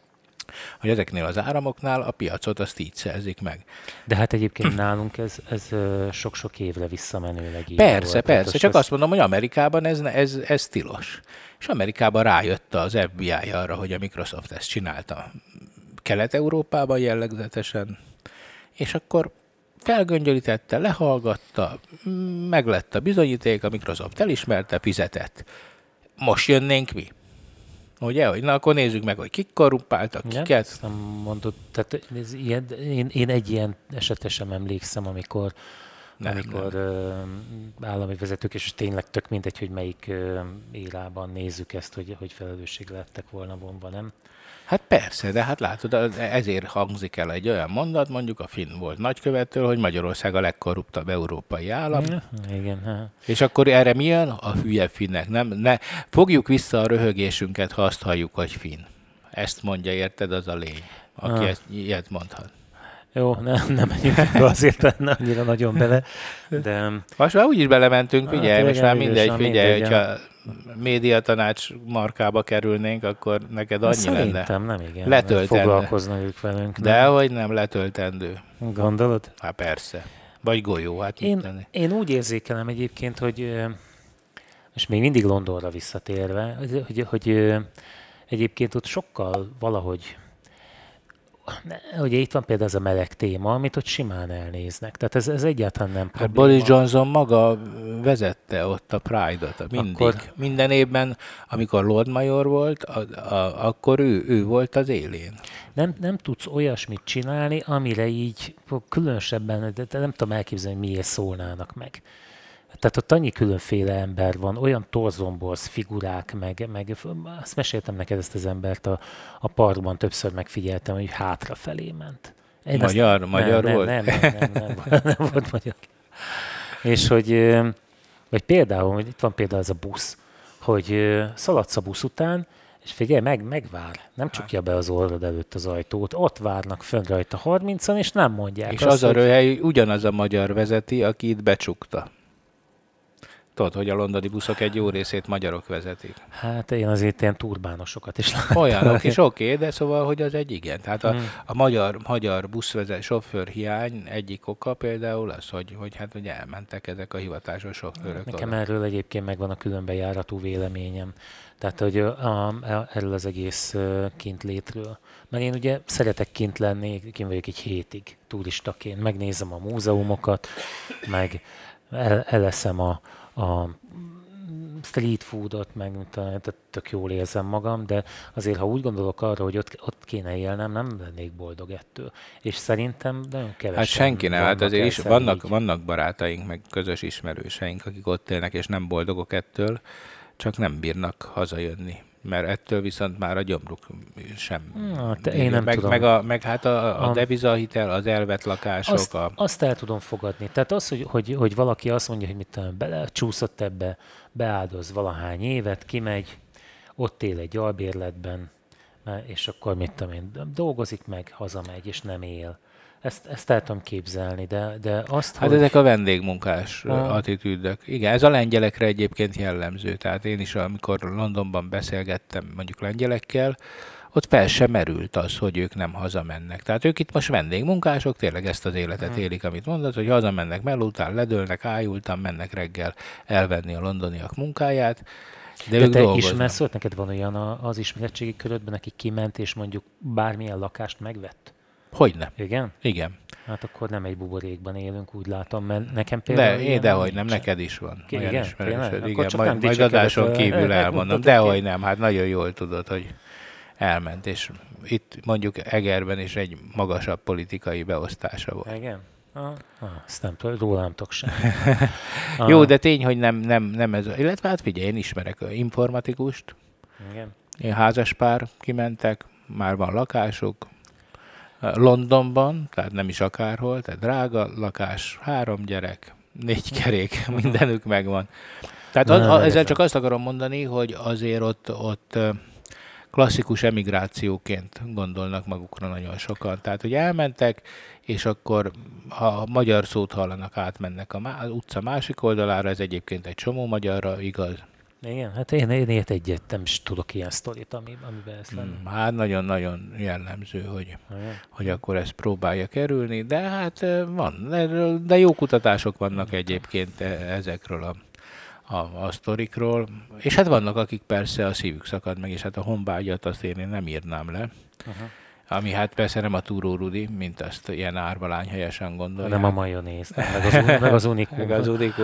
hogy ezeknél az áramoknál a piacot azt így szerzik meg. De hát egyébként nálunk ez, ez sok-sok évre visszamenőleg így Persze, volt. persze, Hát csak az... azt mondom, hogy Amerikában ez, ez, ez tilos. És Amerikában rájött az ef bé i arra, hogy a Microsoft ezt csinálta Kelet-Európában jellegzetesen, és akkor felgöngyölítette, lehallgatta, meglett a bizonyíték, a Microsoft elismerte, fizetett. Most jönnénk mi? Ugye, hogy na akkor nézzük meg, hogy kik korrumpáltak, ja, kiket. Ezt nem mondod, tehát ez ilyen, én, én egy ilyen esetre sem emlékszem, amikor, nem, amikor nem. állami vezetők, és tényleg tök mindegy, hogy melyik érában nézzük ezt, hogy, hogy felelősségre lettek volna vonva, nem? Hát persze, de hát látod, ezért hangzik el egy olyan mondat, mondjuk a finn volt nagykövettől, hogy Magyarország a legkorruptabb európai állam. Igen. Ha. És akkor erre mi jön? A hülye finnek. Nem, ne, fogjuk vissza a röhögésünket, ha azt halljuk, hogy finn. Ezt mondja, érted, az a lény, aki ah. ezt, ilyet mondhat. Jó, nem, nem menjünk be azért nem annyira nagyon bele, de... Most már úgyis belementünk, figyelj, hát, most már mindegy, figyelj, hogyha médiatanács markába kerülnénk, akkor neked annyi Szerintem lenne. Szerintem nem, igen. Letöltendő. Foglalkoznak ők velünk. Dehogy nem letöltendő. Gondolod? Hát persze. Vagy golyó, hát én, mit én úgy érzékelem egyébként, hogy most még mindig Londonra visszatérve, hogy, hogy, hogy egyébként ott sokkal valahogy ugye itt van például ez a meleg téma, amit ott simán elnéznek. Tehát ez, ez egyáltalán nem hát probléma. Boris Johnson maga vezette ott a Pride-ot. Mindig. Akkor... Minden évben, amikor Lord Mayor volt, a, a, akkor ő, ő volt az élén. Nem, nem tudsz olyasmit csinálni, amire így különösebben, de nem tudom elképzelni, miért szólnának meg. Tehát ott annyi különféle ember van, olyan torzomborz figurák, meg, meg azt meséltem neked ezt az embert a, a parkban, többször megfigyeltem, hogy hátrafelé ment. Én magyar, azt, magyar nem, volt? Nem, nem, nem, nem, nem, nem volt magyar. És hogy, vagy például, hogy itt van például ez a busz, hogy szaladsz a busz után, és figyelj, meg, megvár, nem csukja be az orrod előtt az ajtót, ott várnak fönn rajta harmincan, és nem mondják. És azt, az a hogy... röhely ugyanaz a magyar vezeti, aki itt becsukta. Tudod, hogy a londoni buszok egy jó részét magyarok vezetik. Hát én azért ilyen turbánosokat is láttam. Olyanok is, oké, okay, de szóval, hogy az egy igen. Tehát a, hmm. a magyar, magyar buszvezet, sofőr hiány egyik oka például az, hogy, hogy hát hogy elmentek ezek a hivatásos sofőrök. Nekem oda. Erről egyébként megvan a különbejáratú véleményem. Tehát, hogy a, a, erről az egész kintlétről. Mert én ugye szeretek kint lenni, kint vagyok egy hétig turistaként, megnézem a múzeumokat, meg el, eleszem a a street foodot, meg tehát tök jól érzem magam, de azért, ha úgy gondolok arra, hogy ott, ott kéne élnem, nem lennék boldog ettől. És szerintem nagyon kevesen. Hát senki nem, hát azért is vannak, vannak barátaink, meg közös ismerőseink, akik ott élnek, és nem boldogok ettől, csak nem bírnak hazajönni. Mert ettől viszont már a gyomruk sem. Na, te, én nem meg, tudom. Meg, a, meg hát a, a, a devizahitel, az elvett lakások. Azt, a... azt el tudom fogadni. Tehát az, hogy, hogy, hogy valaki azt mondja, hogy mit tudom, belecsúszott ebbe, beáldoz valahány évet, kimegy, ott él egy albérletben, és akkor mit tudom én, dolgozik meg, hazamegy, és nem él. Ezt, ezt el tudom képzelni, de, de azt, Hát hogy... ezek a vendégmunkás a... attitűdök. Igen, ez a lengyelekre egyébként jellemző. Tehát én is, amikor Londonban beszélgettem mondjuk lengyelekkel, ott fel sem merült az, hogy ők nem hazamennek. Tehát ők itt most vendégmunkások, tényleg ezt az életet hmm. élik, amit mondod, hogy hazamennek melután, ledőlnek, ájultan, mennek reggel elvenni a londoniak munkáját, De, De te ismersz, hogy neked van olyan az ismeretségi körödben, aki kiment, és mondjuk bármilyen lakást megvett? Hogyne. Igen? Igen. Hát akkor nem egy buborékban élünk, úgy látom, mert nekem például... De, én dehogy nem, neked is van. Ki, igen, ismerősöd. Igen, majd, majd adáson kívül elmondom. Dehogy nem, hát nagyon jól tudod, hogy elment, és itt mondjuk Egerben is egy magasabb politikai beosztása volt. Igen? Ah, ah, ezt nem tudom, róla nem tudok sem. Ah. Jó, de tény, hogy nem, nem, nem ez. Illetve hát figyelj, én ismerek informatikust. Igen. Én házaspár kimentek, már van lakásuk. Londonban, tehát nem is akárhol, tehát drága lakás, három gyerek, négy kerék, mindenük megvan. Tehát az, az, ezzel csak azt akarom mondani, hogy azért ott, ott klasszikus emigrációként gondolnak magukra nagyon sokan. Tehát, hogy elmentek, és akkor, ha magyar szót hallanak, átmennek a má- az utca másik oldalára, ez egyébként egy csomó magyarra igaz. Igen, hát én, én ilyet egyet nem is tudok ilyen sztorit, ami, amiben ez lenne. Hmm, hát nagyon-nagyon jellemző, hogy, hogy akkor ezt próbálja kerülni, de hát van, de jó kutatások vannak egyébként ezekről a A, a sztorikról, és hát vannak, akik persze a szívük szakad meg, és hát a honvágyat azt én nem írnám le. Uh-huh. Ami hát persze nem a Túró Rudi, mint azt ilyen árvalány helyesen gondolják. Nem a majonéz, meg az, meg az Unikó. Meg az Unikó,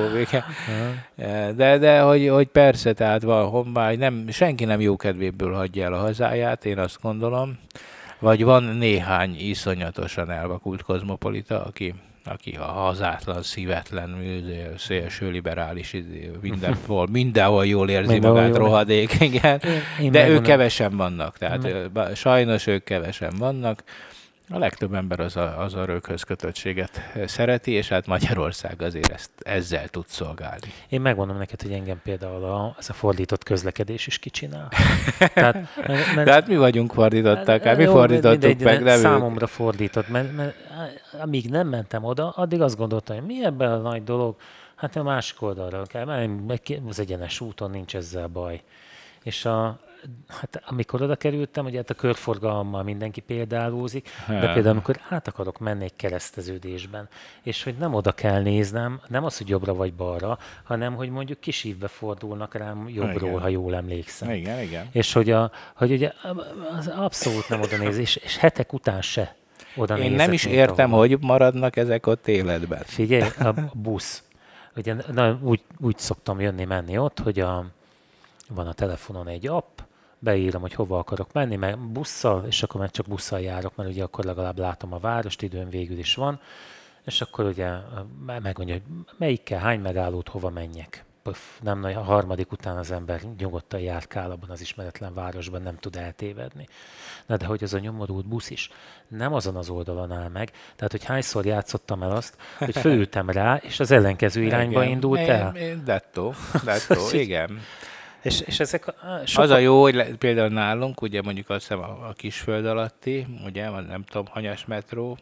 uh-huh. De, de hogy, hogy persze, tehát van honvágy, nem, senki nem jókedvéből hagyja el a hazáját, én azt gondolom. Vagy van néhány iszonyatosan elvakult kozmopolita, aki aki a hazátlan, szívetlen, szélső liberális, mindenhol, mindenhol jól érzi mindenhol magát, jól rohadék, igen. Én de ők kevesen vannak, tehát meg... sajnos ők kevesen vannak. A legtöbb ember az a, az a röghöz kötöttséget szereti, és hát Magyarország azért ezt, ezzel tud szolgálni. Én megmondom neked, hogy engem például a, ez a fordított közlekedés is kicsinál. Tehát, mert, mert, de hát mi vagyunk fordítottak, hát, mi jó, fordítottuk mindegy, meg, nem számomra fordított, mert, mert amíg nem mentem oda, addig azt gondoltam, hogy mi ebben a nagy dolog, hát a másik oldalra kell, mert az egyenes úton nincs ezzel baj. És a Hát amikor oda kerültem, ugye hát a körforgalommal mindenki példálózik, de például amikor át akarok menni egy kereszteződésben, és hogy nem oda kell néznem, nem az, hogy jobbra vagy balra, hanem hogy mondjuk kisívbe fordulnak rám jobbról, igen. Ha jól emlékszem. Igen, igen. És hogy, a, hogy ugye az abszolút nem oda néz, és, és hetek után se oda nézek. Én nem is értem, ahol. Hogy maradnak ezek ott életben. Figyelj, a busz. Ugye na, úgy, úgy szoktam jönni-menni ott, hogy a, van a telefonon egy app, beírom, hogy hova akarok menni, meg busszal, és akkor meg csak busszal járok, mert ugye akkor legalább látom a várost, időn végül is van, és akkor ugye megmondja, hogy melyikkel, hány megállót, hova menjek. Puff, nem nagy, a harmadik után az ember nyugodtan járkál abban az ismeretlen városban, nem tud eltévedni. Na de hogy az a nyomorult busz is nem azon az oldalon áll meg, tehát hogy hányszor játszottam el azt, hogy fölültem rá, és az ellenkező irányba igen, indult én, el. Én, dettó, dettó, igen. És, és ezek a, sokkal... Az a jó, hogy le, például nálunk, ugye mondjuk azt hiszem a, a Kisföld alatti, ugye, nem tudom, hanyas metró,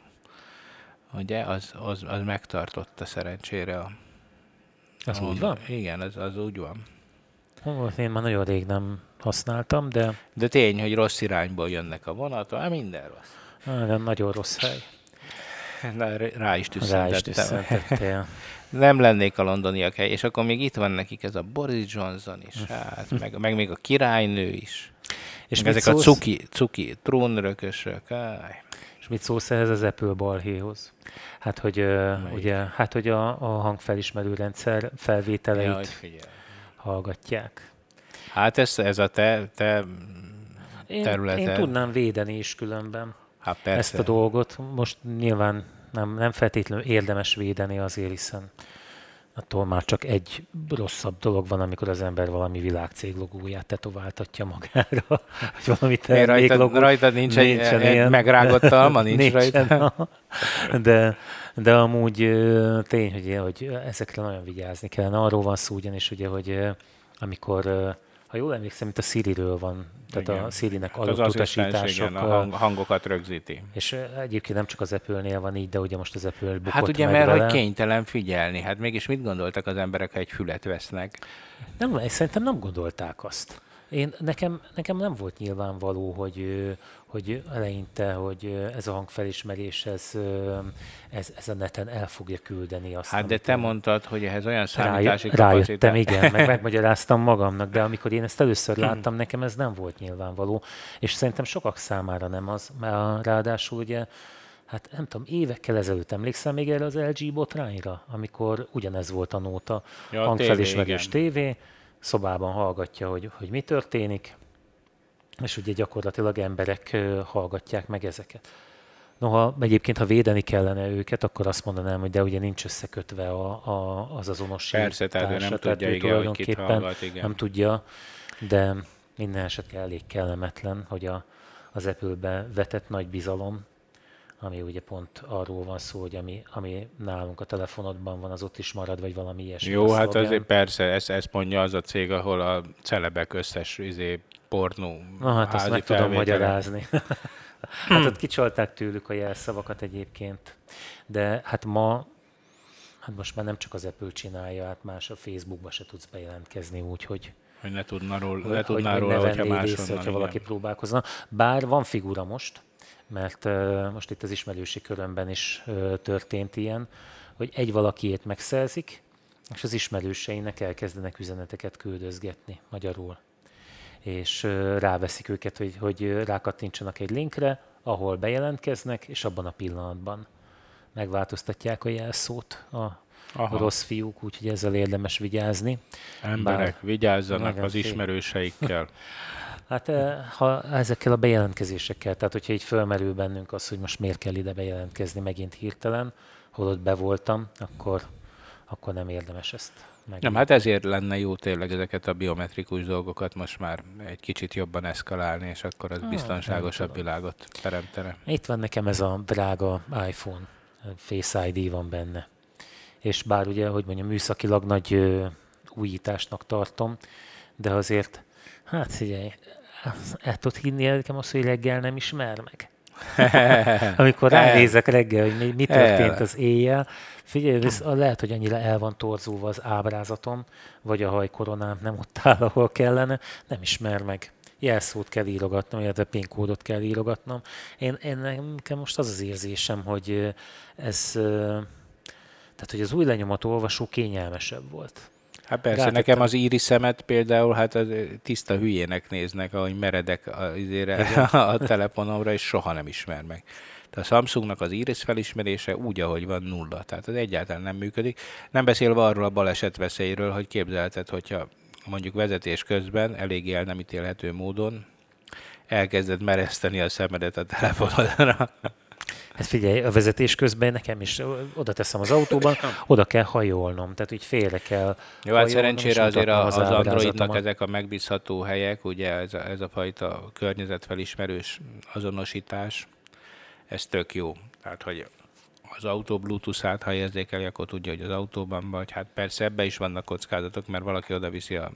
ugye, az, az, az megtartotta szerencsére a... Az a, úgy van? Igen, az, az úgy van. Ó, én már nagyon rég nem használtam, de... De tény, hogy rossz irányból jönnek a vonatok, hát minden rossz. Ah, nagyon rossz hely. Na, rá is tüsszentettél. Nem lennék a londoniak hely, és akkor még itt van nekik ez a Boris Johnson is, hát, meg, meg még a királynő is. És ezek szólsz? A cuki, cuki trónörökösök. Áj. És mit szólsz ehhez az Apple balhéhoz? Hát, hogy, uh, ugye, hát, hogy a, a hangfelismerő rendszer felvételeit ja, hallgatják. Hát ez, ez a te, te területed. Én, én tudnám védeni is különben hát ezt a dolgot. Most nyilván nem, nem feltétlenül érdemes védeni azért, hiszen attól már csak egy rosszabb dolog van, amikor az ember valami világcég logóját tetováltatja magára, vagy valami terméklogó. Rajtad nincs egy, egy megrágott alma, nincs nincsen, rajta. De, de amúgy tény, hogy, hogy ezekre nagyon vigyázni kellene. Arról van szó ugyanis, ugye, hogy amikor, ha jól emlékszem, mint a Siri-ről van, tehát igen. A Siri-nek adott az utasítások. A hangokat rögzíti. És egyébként nem csak az Apple-nél van így, de ugye most az Apple bukott hát ugye, meg mert vele. Hogy kénytelen figyelni. Hát mégis mit gondoltak az emberek, ha egy fület vesznek? Nem, szerintem nem gondolták azt. Én, nekem, nekem nem volt nyilvánvaló, hogy, hogy eleinte, hogy ez a hangfelismerés, ez, ez, ez a neten el fogja küldeni azt. Hát de te én... mondtad, hogy ehhez olyan számítási Rájö, rájöttem, kapacitás. igen, meg megmagyaráztam magamnak, de amikor én ezt először láttam, nekem ez nem volt nyilvánvaló, és szerintem sokak számára nem az, mert ráadásul ugye, hát nem tudom, évekkel ezelőtt emlékszem még erre az el gé botrányra, amikor ugyanez volt a nóta, ja, hangfelismerés tévé, szobában hallgatja, hogy, hogy mi történik, és ugye gyakorlatilag emberek hallgatják meg ezeket. Noha egyébként, ha védeni kellene őket, akkor azt mondanám, hogy de ugye nincs összekötve a, a, az azonosítás. Persze, tehát ő nem tudja, igen, hogy kit hallgat, igen. Nem tudja, de minden esetre elég kellemetlen, hogy a, az Apple-be vetett nagy bizalom, ami ugye pont arról van szó, hogy ami, ami nálunk a telefonodban van, az ott is marad, vagy valami ilyesmi. Jó, hát szlogán. Azért persze, ezt, ezt mondja az a cég, ahol a celebek összes izé, pornó Na hát azt meg tudom magyarázni. Hát ott kicsolták tőlük a jelszavakat egyébként, de hát ma, hát most már nem csak az Apple csinálja, hát más a Facebookba se tudsz bejelentkezni úgy, hogy hogy ne tudná róla, ne tudná róla, hogyha máshonnan, hogyha valaki próbálkozna. Bár van figura most, mert uh, most itt az ismerősi körömben is uh, történt ilyen, hogy egy valakiét megszerzik, és az ismerőseinek elkezdenek üzeneteket küldözgetni magyarul. És uh, ráveszik őket, hogy, hogy rákattintsanak egy linkre, ahol bejelentkeznek, és abban a pillanatban megváltoztatják a jelszót a Aha. rossz fiúk, úgyhogy ezzel érdemes vigyázni. Emberek, Bár... vigyázzanak az ismerőseikkel. Hát ha ezekkel a bejelentkezésekkel, tehát hogyha így fölmerül bennünk az, hogy most miért kell ide bejelentkezni megint hirtelen, holott be voltam, akkor, akkor nem érdemes ezt meg. Nem, hát ezért lenne jó tényleg ezeket a biometrikus dolgokat most már egy kicsit jobban eszkalálni, és akkor az ah, biztonságosabb világot teremtene. Itt van nekem ez a drága iPhone, Face i dé van benne. És bár ugye, hogy mondjam, műszakilag nagy ö, újításnak tartom, de azért, hát figyelj, el tudod hinni nekem azt, hogy reggel nem ismer meg. Amikor ránézek reggel, hogy mi, mi történt az éjjel, figyelj, lehet, hogy annyira el van torzulva az ábrázatom, vagy a hajkoronám nem ott áll, ahol kellene, nem ismer meg. Jelszót kell írogatnom, illetve PIN kódot kell írogatnom. Én, én nekem most az az érzésem, hogy ez, tehát hogy az új lenyomat olvasó kényelmesebb volt. Hát persze, Rátettem. Nekem az irisemet például hát az tiszta hülyének néznek, ahogy meredek a, a telefonomra, és soha nem ismer meg. De a Samsungnak az iris felismerése úgy, ahogy van, nulla. Tehát az egyáltalán nem működik. Nem beszélve arról a baleset veszélyről, hogy képzelted, hogyha mondjuk vezetés közben eléggé el nem ítélhető módon elkezded mereszteni a szemedet a telefonodra. Hát figyelj, a vezetés közben nekem is oda teszem az autóban, oda kell hajolnom, tehát úgy félre kell. Jó, hát szerencsére azért az, az Androidnak ezek a megbízható helyek, ugye ez a, ez a fajta környezetfelismerős azonosítás, ez tök jó. Tehát, hogy az autó Bluetooth-át, ha érzékeli, akkor tudja, hogy az autóban vagy. Hát persze ebben is vannak kockázatok, mert valaki oda viszi a,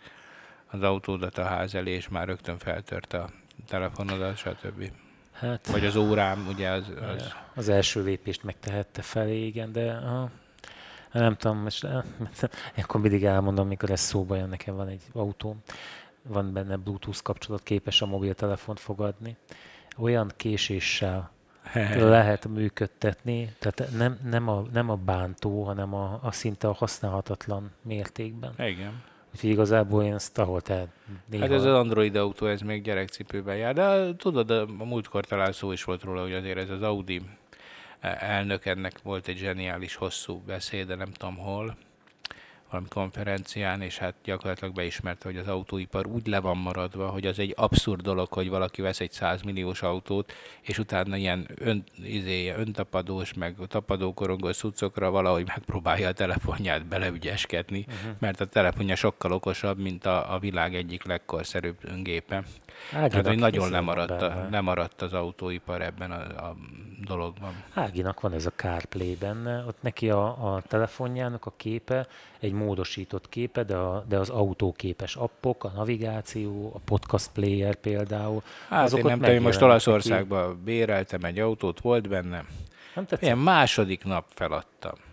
az autódat a ház elé, és már rögtön feltört a telefonodat, stb. Hát, vagy az órám, ugye az, az... Az első lépést megtehette felé, igen, de aha, nem tudom, most akkor mindig elmondom, mikor ez szóba jön, nekem van egy autóm, van benne Bluetooth kapcsolat, képes a mobiltelefont fogadni. Olyan késéssel lehet működtetni, tehát nem, nem, a, nem a bántó, hanem a, a szinte a használhatatlan mértékben. Igen. Úgyhogy igazából én ezt ahol te néha... Hát ez az Android autó, ez még gyerekcipőben jár, de tudod, a múltkor talán szó is volt róla, hogy azért ez az Audi elnök, ennek volt egy zseniális hosszú beszéde, nem tudom hol, valami konferencián, és hát gyakorlatilag beismerte, hogy az autóipar úgy le van maradva, hogy az egy abszurd dolog, hogy valaki vesz egy száz milliós autót, és utána ilyen ön, izé, öntapadós, meg tapadókorongos cuccokra valahogy megpróbálja a telefonját beleügyeskedni, uh-huh. mert a telefonja sokkal okosabb, mint a, a világ egyik legkorszerűbb gépe. Tehát, hogy nagyon lemaradt, a, lemaradt az autóipar ebben a, a dologban. Áginak van ez a CarPlay benne, ott neki a, a telefonjának a képe, egy módosított képe, de, a, de az autóképes appok, a navigáció, a podcast player például. Hát azok én nem tudom, most Olaszországban béreltem egy autót, volt benne. Ilyen második nap feladtam.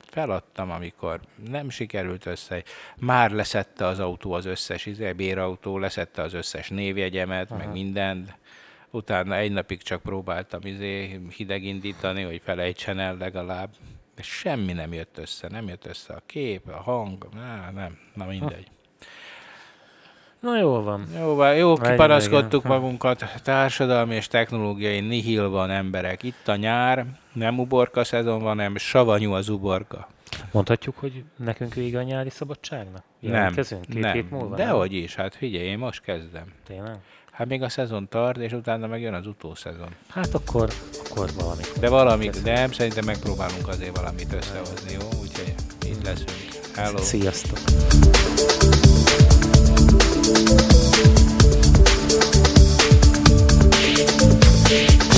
feladtam, amikor nem sikerült össze. Már leszette az autó az összes izé, bérautó, leszette az összes névjegyemet, aha, meg mindent. Utána egy napig csak próbáltam izé hidegindítani, hogy felejtsen el legalább. De semmi nem jött össze, nem jött össze a kép, a hang, na, nem, na mindegy. Na jól van. Jó, van, jó kiparaszkodtuk magunkat, társadalmi és technológiai nihil van emberek. Itt a nyár, nem uborka szezon van, hanem savanyú az uborka. Mondhatjuk, hogy nekünk vége a nyári szabadságnak? Nem, két nem. Hét múlva, dehogy is, hát figyelj, én most kezdem. Tényleg? Hát még a szezon tart, és utána megjön az utószezon. Hát akkor, akkor valami. De valami, de nem, szerintem megpróbálunk azért valamit összehozni, jó? Úgyhogy itt leszünk. Hello. Sziasztok! We'll be right back.